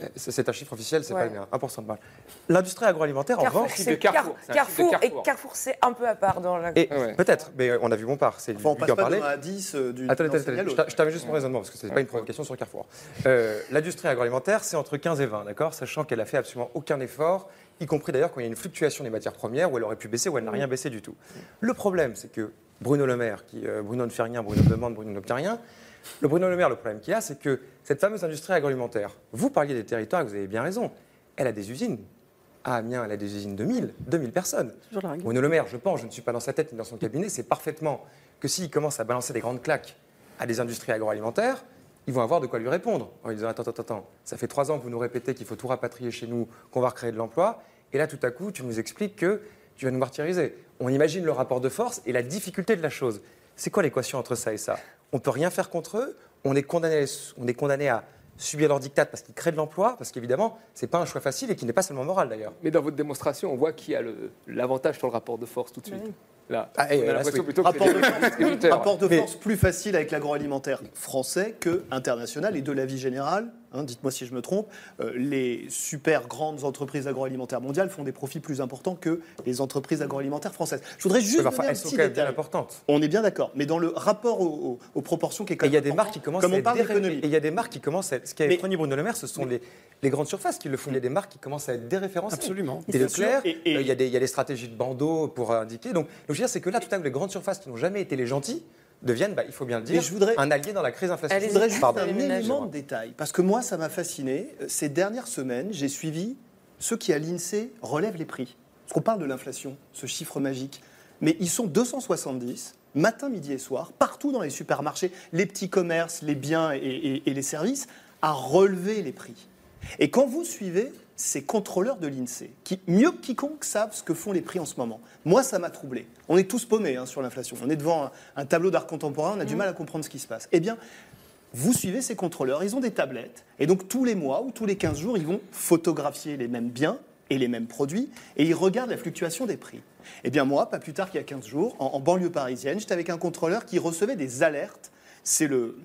C'est un chiffre officiel, c'est Ouais. pas le mien, un pour cent de marge. L'industrie agroalimentaire, Carrefour, en revanche... c'est Carrefour, Carrefour, et Carrefour, c'est un peu à part dans la... Et peut-être, mais on a vu Bompard, c'est Enfin, on lui passe qui en pas parlait. de un à dix euh, d'une Attendez, d'une attendez, enseigne à attendez, je l'autre. t'a- je t'avais juste mon raisonnement, parce que ce n'est pas une provocation sur Carrefour. Euh, L'industrie agroalimentaire, c'est entre quinze et vingt, d'accord, sachant qu'elle a fait absolument aucun effort, y compris d'ailleurs quand il y a une fluctuation des matières premières, où elle aurait pu baisser, ou elle n'a rien baissé du tout. Le problème, c'est que Bruno Le Maire, qui, euh, Bruno ne fait rien, Bruno demande, Bruno n'obtient rien, le Bruno Le Maire, le problème qu'il a, c'est que cette fameuse industrie agroalimentaire, vous parliez des territoires, et vous avez bien raison, elle a des usines. À Amiens, elle a des usines de mille, deux mille personnes. Bruno Le Maire, je pense, je ne suis pas dans sa tête ni dans son cabinet, c'est parfaitement que s'il commence à balancer des grandes claques à des industries agroalimentaires, ils vont avoir de quoi lui répondre. En lui disant, attends, attends, attends, ça fait trois ans que vous nous répétez qu'il faut tout rapatrier chez nous, qu'on va recréer de l'emploi, et là, tout à coup, tu nous expliques que tu vas nous martyriser. On imagine le rapport de force et la difficulté de la chose. C'est quoi l'équation entre ça et ça? On ne peut rien faire contre eux, on est condamné, on est condamné à subir leur diktat parce qu'ils créent de l'emploi, parce qu'évidemment, ce n'est pas un choix facile et qui n'est pas seulement moral d'ailleurs. Mais dans votre démonstration, on voit qui a le- l'avantage sur le rapport de force tout de suite. Oui. Là, Ah, et on a là, l'impression oui. plutôt que rapport c'est de, les distributeurs. rapport de Mais- force plus facile avec l'agroalimentaire français que international et de la vie générale. Hein, dites-moi si je me trompe. Euh, les super grandes entreprises agroalimentaires mondiales font des profits plus importants que les entreprises agroalimentaires françaises. Je voudrais juste Mais enfin, donner un elles sont petit quand même bien détail. importantes. On est bien d'accord, mais dans le rapport aux, aux- aux proportions qui est quand Et il y a même des important, marques qui commencent comme à on être parle déré- d'économie. Et il y a des marques qui commencent à être... Ce qu'a Mais- écrit Bruno Le Maire, ce sont les, les grandes surfaces qui le font. Il y a des marques qui commencent à être déréférencées. Absolument. Des Bien sûr. Leclerc, Et- et- euh, il y a des- il y a des stratégies de bandeaux pour indiquer. Donc, donc je veux dire, c'est que là, tout à coup, les grandes surfaces qui n'ont jamais été les gentils deviennent, bah, il faut bien le dire, Et je voudrais- un allié dans la crise inflationniste. Je voudrais juste Pardon. un élément de détail, parce que moi, ça m'a fasciné. Ces dernières semaines, j'ai suivi ceux qui, à l'INSEE, relèvent les prix. Parce qu'on parle de l'inflation, ce chiffre magique. Mais ils sont deux cent soixante-dix, matin, midi et soir, partout dans les supermarchés, les petits commerces, les biens et, et- et les services, à relever les prix. Et quand vous suivez ces contrôleurs de l'INSEE, qui, mieux que quiconque, savent ce que font les prix en ce moment, moi, ça m'a troublé. On est tous paumés hein, sur l'inflation. On est devant un, un tableau d'art contemporain, on a du mal à comprendre ce qui se passe. Eh bien, vous suivez ces contrôleurs, ils ont des tablettes, et donc tous les mois ou tous les quinze jours, ils vont photographier les mêmes biens et les mêmes produits, et ils regardent la fluctuation des prix. Eh bien moi, pas plus tard qu'il y a quinze jours, en, en banlieue parisienne, j'étais avec un contrôleur qui recevait des alertes, c'est le,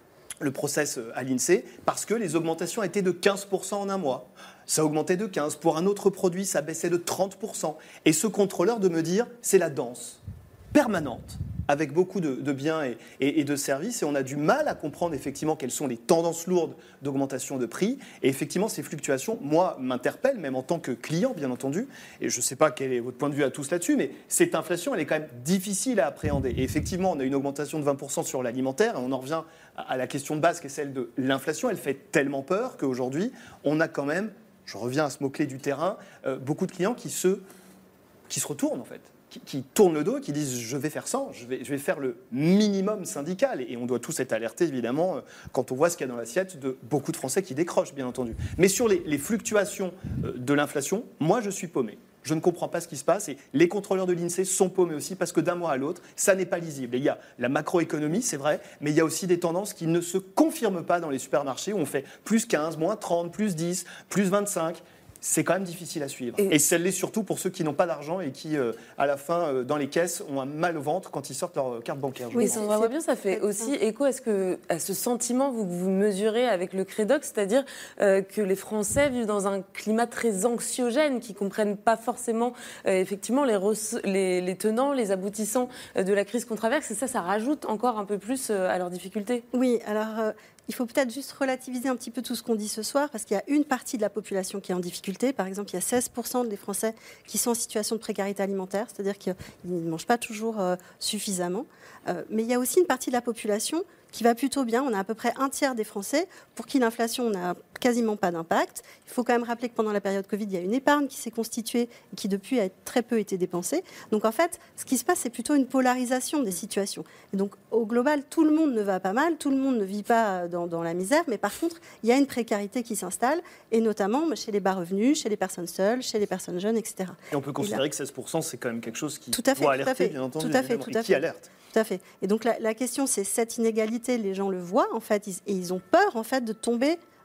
le process à l'INSEE, parce que les augmentations étaient de quinze pour cent en un mois. Ça augmentait de quinze. Pour un autre produit, ça baissait de trente pour cent. Et ce contrôleur de me dire, c'est la danse permanente, avec beaucoup de, de biens et, et- et de services, et on a du mal à comprendre effectivement quelles sont les tendances lourdes d'augmentation de prix. Et effectivement, ces fluctuations, moi, m'interpellent, même en tant que client, bien entendu. Et je ne sais pas quel est votre point de vue à tous là-dessus, mais cette inflation, elle est quand même difficile à appréhender. Et effectivement, on a une augmentation de vingt pour cent sur l'alimentaire, et on en revient à, à la question de base, qui est celle de l'inflation. Elle fait tellement peur qu'aujourd'hui, on a quand même, je reviens à ce mot-clé du terrain, euh, beaucoup de clients qui se, qui se retournent, en fait. Qui, qui tournent le dos, qui disent je vais faire cent, je vais, je vais faire le minimum syndical. Et on doit tous être alertés, évidemment, euh, quand on voit ce qu'il y a dans l'assiette de beaucoup de Français qui décrochent, bien entendu. Mais sur les, les fluctuations euh, de l'inflation, moi, je suis paumé. Je ne comprends pas ce qui se passe. Et les contrôleurs de l'INSEE sont paumés aussi parce que d'un mois à l'autre, ça n'est pas lisible. Et il y a la macroéconomie, c'est vrai, mais il y a aussi des tendances qui ne se confirment pas dans les supermarchés où on fait plus quinze, moins trente, plus dix, plus vingt-cinq. C'est quand même difficile à suivre. Et, et ça l'est surtout pour ceux qui n'ont pas d'argent et qui, euh, à la fin, euh, dans les caisses, ont un mal au ventre quand ils sortent leur euh, carte bancaire. je Oui, pense. Sandra voit bien, ça fait aussi écho à ce, que, à ce sentiment vous, que vous mesurez avec le Crédoc, c'est-à-dire euh, que les Français vivent dans un climat très anxiogène, qui ne comprennent pas forcément euh, effectivement les, les, les tenants, les aboutissants euh, de la crise qu'on traverse, et ça, ça rajoute encore un peu plus euh, à leurs difficultés. Oui, alors euh, il faut peut-être juste relativiser un petit peu tout ce qu'on dit ce soir, parce qu'il y a une partie de la population qui est en difficulté. Par exemple, il y a seize pour cent des Français qui sont en situation de précarité alimentaire, c'est-à-dire qu'ils ne mangent pas toujours euh, suffisamment. Euh, mais il y a aussi une partie de la population qui va plutôt bien. On a à peu près un tiers des Français pour qui l'inflation n'a quasiment pas d'impact. Il faut quand même rappeler que pendant la période Covid, il y a une épargne qui s'est constituée et qui depuis a très peu été dépensée. Donc en fait, ce qui se passe, c'est plutôt une polarisation des situations. Et donc au global, tout le monde ne va pas mal, tout le monde ne vit pas dans, dans la misère, mais par contre, il y a une précarité qui s'installe, et notamment chez les bas revenus, chez les personnes seules, chez les personnes jeunes, et cetera. Et on peut considérer là, que seize pour cent, c'est quand même quelque chose qui tout à fait, doit tout à alerter, fait, bien entendu. tout à fait, évidemment, tout et à qui fait. alerte. Tout à fait. Et donc la, la question, c'est cette inégalité, les gens le voient en fait, ils, et ils ont peur en fait de tomber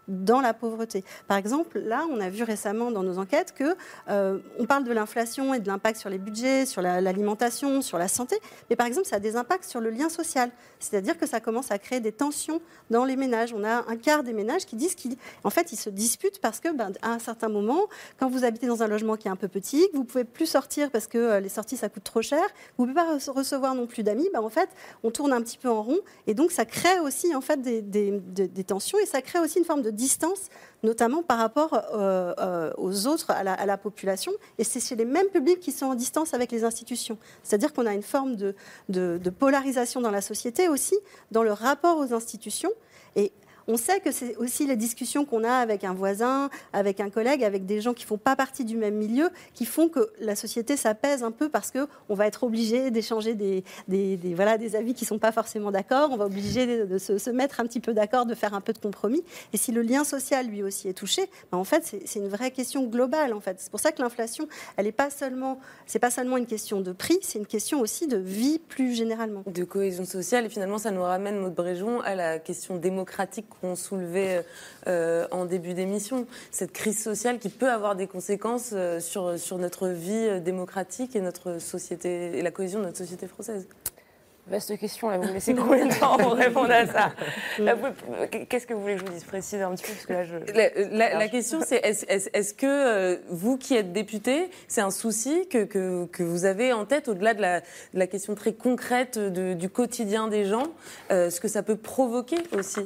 dans la pauvreté. Par exemple, là, on a vu récemment dans nos enquêtes que euh, on parle de l'inflation et de l'impact sur les budgets, sur la, l'alimentation, sur la santé, mais par exemple, ça a des impacts sur le lien social. C'est-à-dire que ça commence à créer des tensions dans les ménages. On a un quart des ménages qui disent qu'en fait, ils se disputent parce que, ben, à un certain moment, quand vous habitez dans un logement qui est un peu petit, que vous ne pouvez plus sortir parce que euh, les sorties, ça coûte trop cher, vous ne pouvez pas recevoir non plus d'amis, ben, en fait, on tourne un petit peu en rond. Et donc, ça crée aussi en fait, des, des, des, des tensions et ça crée aussi une forme de distance, notamment par rapport euh, euh, aux autres, à la, à la population. Et c'est chez les mêmes publics qui sont en distance avec les institutions. C'est-à-dire qu'on a une forme de, de, de polarisation dans la société aussi, dans le rapport aux institutions. Et on sait que c'est aussi les discussions qu'on a avec un voisin, avec un collègue, avec des gens qui ne font pas partie du même milieu, qui font que la société s'apaise un peu parce qu'on va être obligé d'échanger des, des, des, voilà, des avis qui ne sont pas forcément d'accord, on va obliger de, de se, se mettre un petit peu d'accord, de faire un peu de compromis. Et si le lien social, lui aussi, est touché, ben en fait, c'est, c'est une vraie question globale. En fait. C'est pour ça que l'inflation, elle n'est pas seulement, c'est pas seulement une question de prix, c'est une question aussi de vie plus généralement. De cohésion sociale. Et finalement, ça nous ramène, Maud Bréjon, à la question démocratique qu'on soulevait euh, en début d'émission. Cette crise sociale qui peut avoir des conséquences euh, sur, sur notre vie démocratique et notre société, et la cohésion de notre société française. Vaste question, là, vous me laissez combien de temps pour répondre à ça? Là, qu'est-ce que vous voulez que je vous dise précise un petit peu parce que là, je... La, la, la question, c'est est-ce, est-ce, est-ce que euh, vous qui êtes député, c'est un souci que, que, que vous avez en tête, au-delà de la, de la question très concrète de, du quotidien des gens, euh, ce que ça peut provoquer aussi?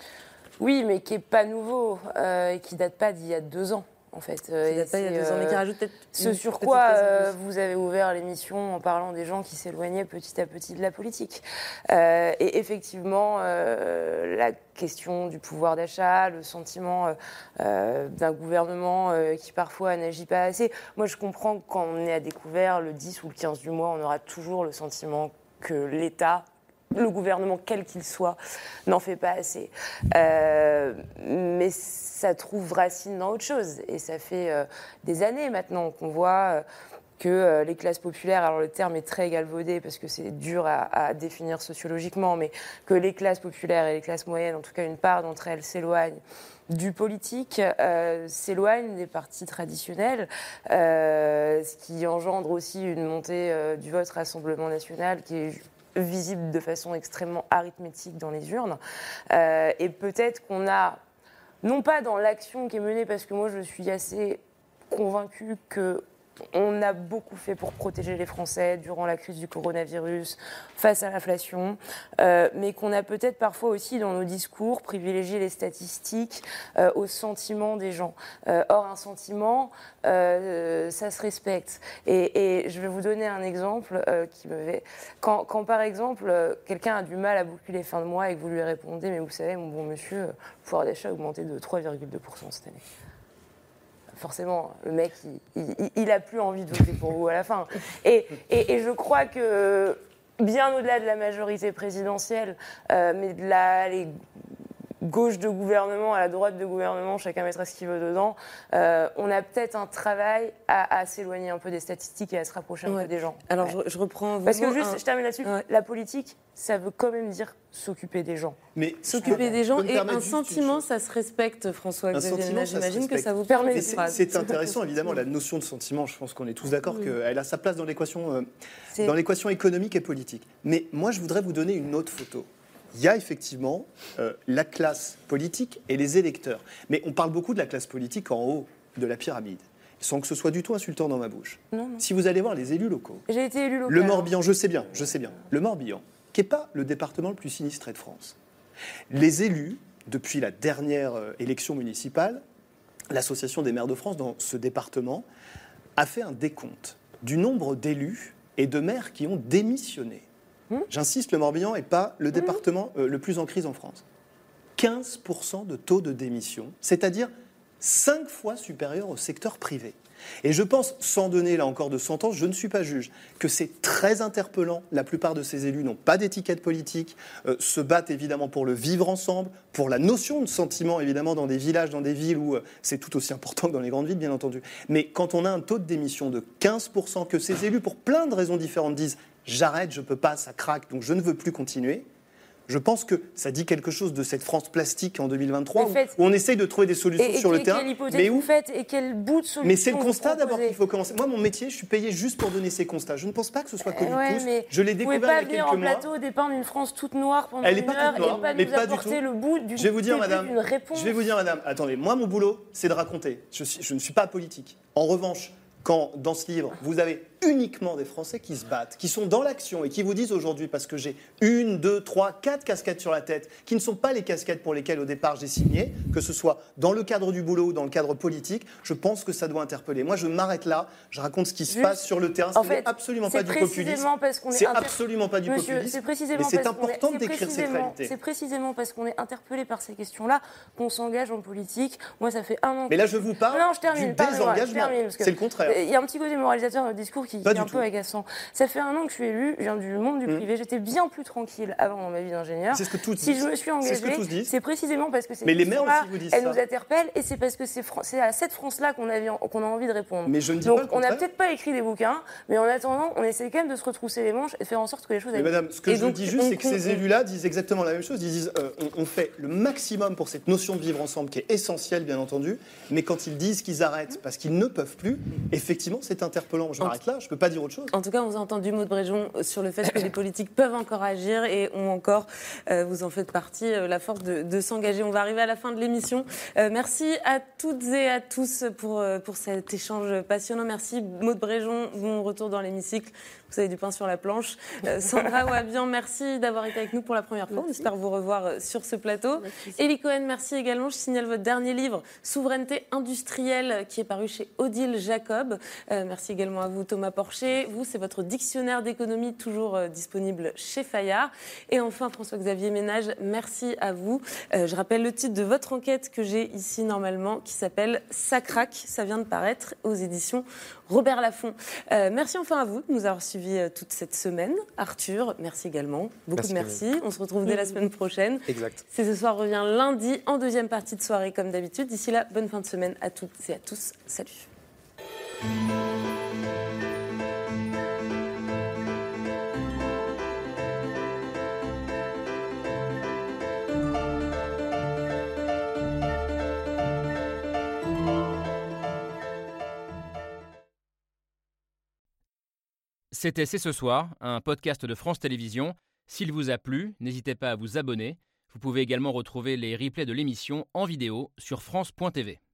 Oui, mais qui n'est pas nouveau euh, et qui ne date pas d'il y a deux ans. En fait, euh, il y a pas il y a deux ans, mais qui rajoute peut-être ce sur quoi euh, vous avez ouvert l'émission en parlant des gens qui s'éloignaient petit à petit de la politique. Euh, et effectivement, euh, la question du pouvoir d'achat, le sentiment euh, d'un gouvernement euh, qui parfois n'agit pas assez. Moi, je comprends que quand on est à découvert le dix ou le quinze du mois, on aura toujours le sentiment que l'État, le gouvernement, quel qu'il soit, n'en fait pas assez. Euh, mais ça trouve racine dans autre chose. Et ça fait euh, des années maintenant qu'on voit euh, que euh, les classes populaires, alors le terme est très galvaudé parce que c'est dur à, à définir sociologiquement, mais que les classes populaires et les classes moyennes, en tout cas une part d'entre elles, s'éloignent du politique, euh, s'éloignent des partis traditionnels, euh, ce qui engendre aussi une montée euh, du vote Rassemblement national qui est visible de façon extrêmement arithmétique dans les urnes. Euh, et peut-être qu'on a, non pas dans l'action qui est menée, parce que moi je suis assez convaincue que on a beaucoup fait pour protéger les Français durant la crise du coronavirus, face à l'inflation, euh, mais qu'on a peut-être parfois aussi dans nos discours privilégié les statistiques euh, au sentiment des gens. Euh, or, un sentiment, euh, ça se respecte. Et, et je vais vous donner un exemple euh, qui me fait... Quand, quand par exemple, euh, quelqu'un a du mal à boucler les fins de mois et que vous lui répondez « mais vous savez, mon bon monsieur, le pouvoir d'achat a augmenté de trois virgule deux pour cent cette année ». Forcément, le mec, il, il, il a plus envie de voter pour vous à la fin. Et, et, et je crois que, bien au-delà de la majorité présidentielle, euh, mais de la les gauche de gouvernement à la droite de gouvernement, chacun mettra ce qu'il veut dedans, euh, on a peut-être un travail à, à s'éloigner un peu des statistiques et à se rapprocher un ouais. peu des gens. Alors, ouais. je, je reprends... Parce que juste, un... je termine là-dessus, ouais. La politique, ça veut quand même dire s'occuper des gens. Mais s'occuper des gens et un sentiment, ça se respecte, François-Xavier Ménage. J'imagine que ça vous permet. C'est, c'est intéressant, évidemment, la notion de sentiment. Je pense qu'on est tous d'accord mmh. qu'elle a sa place dans l'équation, euh, dans l'équation économique et politique. Mais moi, je voudrais vous donner une autre photo. Il y a effectivement euh, la classe politique et les électeurs. Mais on parle beaucoup de la classe politique en haut de la pyramide, sans que ce soit du tout insultant dans ma bouche. Non, non. Si vous allez voir les élus locaux, j'ai été élu local. Le Morbihan, je sais bien, je sais bien. Le Morbihan, qui n'est pas le département le plus sinistré de France. Les élus, depuis la dernière euh, élection municipale, l'Association des maires de France dans ce département a fait un décompte du nombre d'élus et de maires qui ont démissionné. Mmh. J'insiste, le Morbihan n'est pas le département euh, le plus en crise en France. quinze pour cent de taux de démission, c'est-à-dire cinq fois supérieur au secteur privé. Et je pense, sans donner là encore de sentence, je ne suis pas juge, que c'est très interpellant. La plupart de ces élus n'ont pas d'étiquette politique, euh, se battent évidemment pour le vivre ensemble, pour la notion de sentiment évidemment dans des villages, dans des villes où euh, c'est tout aussi important que dans les grandes villes bien entendu. Mais quand on a un taux de démission de quinze pour cent, que ces élus pour plein de raisons différentes disent « j'arrête, je ne peux pas, ça craque, donc je ne veux plus continuer », Je pense que ça dit quelque chose de cette France plastique en deux mille vingt-trois, où, faites... où on essaye de trouver des solutions et, et sur quel, le terrain. Quelle hypothèse mais où vous faites et quel bout de solution Mais c'est le constat vous d'abord qu'il faut commencer. Moi, mon métier, je suis payé juste pour donner ces constats. Je ne pense pas que ce soit connu ouais, de tous. Je l'ai découvert il y a quelques mois. Vous ne pouvez pas venir en plateau dépeindre une France toute noire pendant Elle une pas heure toute noire, et pas mais nous pas apporter du tout. le bout d'une, je vais vous dire, madame, d'une réponse. Je vais vous dire, madame, attendez, moi, mon boulot, c'est de raconter. Je, suis, je ne suis pas politique. En revanche, quand dans ce livre, vous avez uniquement des Français qui se battent, qui sont dans l'action et qui vous disent aujourd'hui, parce que j'ai une, deux, trois, quatre casquettes sur la tête, qui ne sont pas les casquettes pour lesquelles au départ j'ai signé, que ce soit dans le cadre du boulot ou dans le cadre politique, je pense que ça doit interpeller. Moi, je m'arrête là, je raconte ce qui se Juste, passe sur le terrain, ce n'est absolument pas du populisme. C'est inter... absolument pas du Monsieur, populisme, c'est mais c'est important de décrire cette réalité. C'est précisément parce qu'on est interpellé par ces questions-là qu'on s'engage en politique. Moi, ça fait un an. Mais là, je vous parle non, je termine, du désengagement. C'est le contraire. Il y a un petit côté moralisateur dans le discours qui, qui est un peu agaçant. Ça fait un an que je suis élue, je viens du monde du privé, mmh. j'étais bien plus tranquille avant dans ma vie d'ingénieur. C'est ce que tous si disent. je me suis engagée, c'est, c'est précisément parce que ces Mais les maires aussi vous disent elles ça. nous interpellent et c'est parce que c'est, Fran- c'est à cette France-là qu'on a, qu'on a envie de répondre. Mais je ne dis Donc pas le on n'a contraire. peut-être pas écrit des bouquins, mais en attendant, on essaie quand même de se retrousser les manches et de faire en sorte que les choses aillent. Mais madame, ce que et je donc, vous dis juste, on, c'est que on, ces on... élus-là disent exactement la même chose. Ils disent euh, on, on fait le maximum pour cette notion de vivre ensemble qui est essentielle, bien entendu, mais quand ils disent qu'ils arrêtent parce qu'ils ne peuvent plus, effectivement, c'est interpellant. Je m'arrête là, je ne peux pas dire autre chose. En tout cas, on vous a entendu, Maud Bréjon, sur le fait que les politiques peuvent encore agir et ont encore, euh, vous en faites partie, euh, la force de, de s'engager. On va arriver à la fin de l'émission. Euh, merci à toutes et à tous pour, euh, pour cet échange passionnant. Merci Maud Bréjon, bon retour dans l'hémicycle. Vous avez du pain sur la planche. Euh, Sandra Ouabian, merci d'avoir été avec nous pour la première fois. Merci. On espère vous revoir sur ce plateau. Élie Cohen, merci également. Je signale votre dernier livre, Souveraineté industrielle, qui est paru chez Odile Jacob. Euh, merci également à vous, Thomas Porcher. Vous, c'est votre dictionnaire d'économie, toujours euh, disponible chez Fayard. Et enfin, François-Xavier Ménage, merci à vous. Euh, je rappelle le titre de votre enquête que j'ai ici normalement, qui s'appelle « Ça craque ». Ça vient de paraître aux éditions Robert Laffont. Euh, merci enfin à vous de nous avoir suivis toute cette semaine. Arthur, merci également. Beaucoup merci de merci. On se retrouve dès la semaine prochaine. Exact. C'est ce soir revient lundi en deuxième partie de soirée comme d'habitude. D'ici là, bonne fin de semaine à toutes et à tous. Salut. C'était C'est ce soir, un podcast de France Télévisions. S'il vous a plu, n'hésitez pas à vous abonner. Vous pouvez également retrouver les replays de l'émission en vidéo sur France point T V.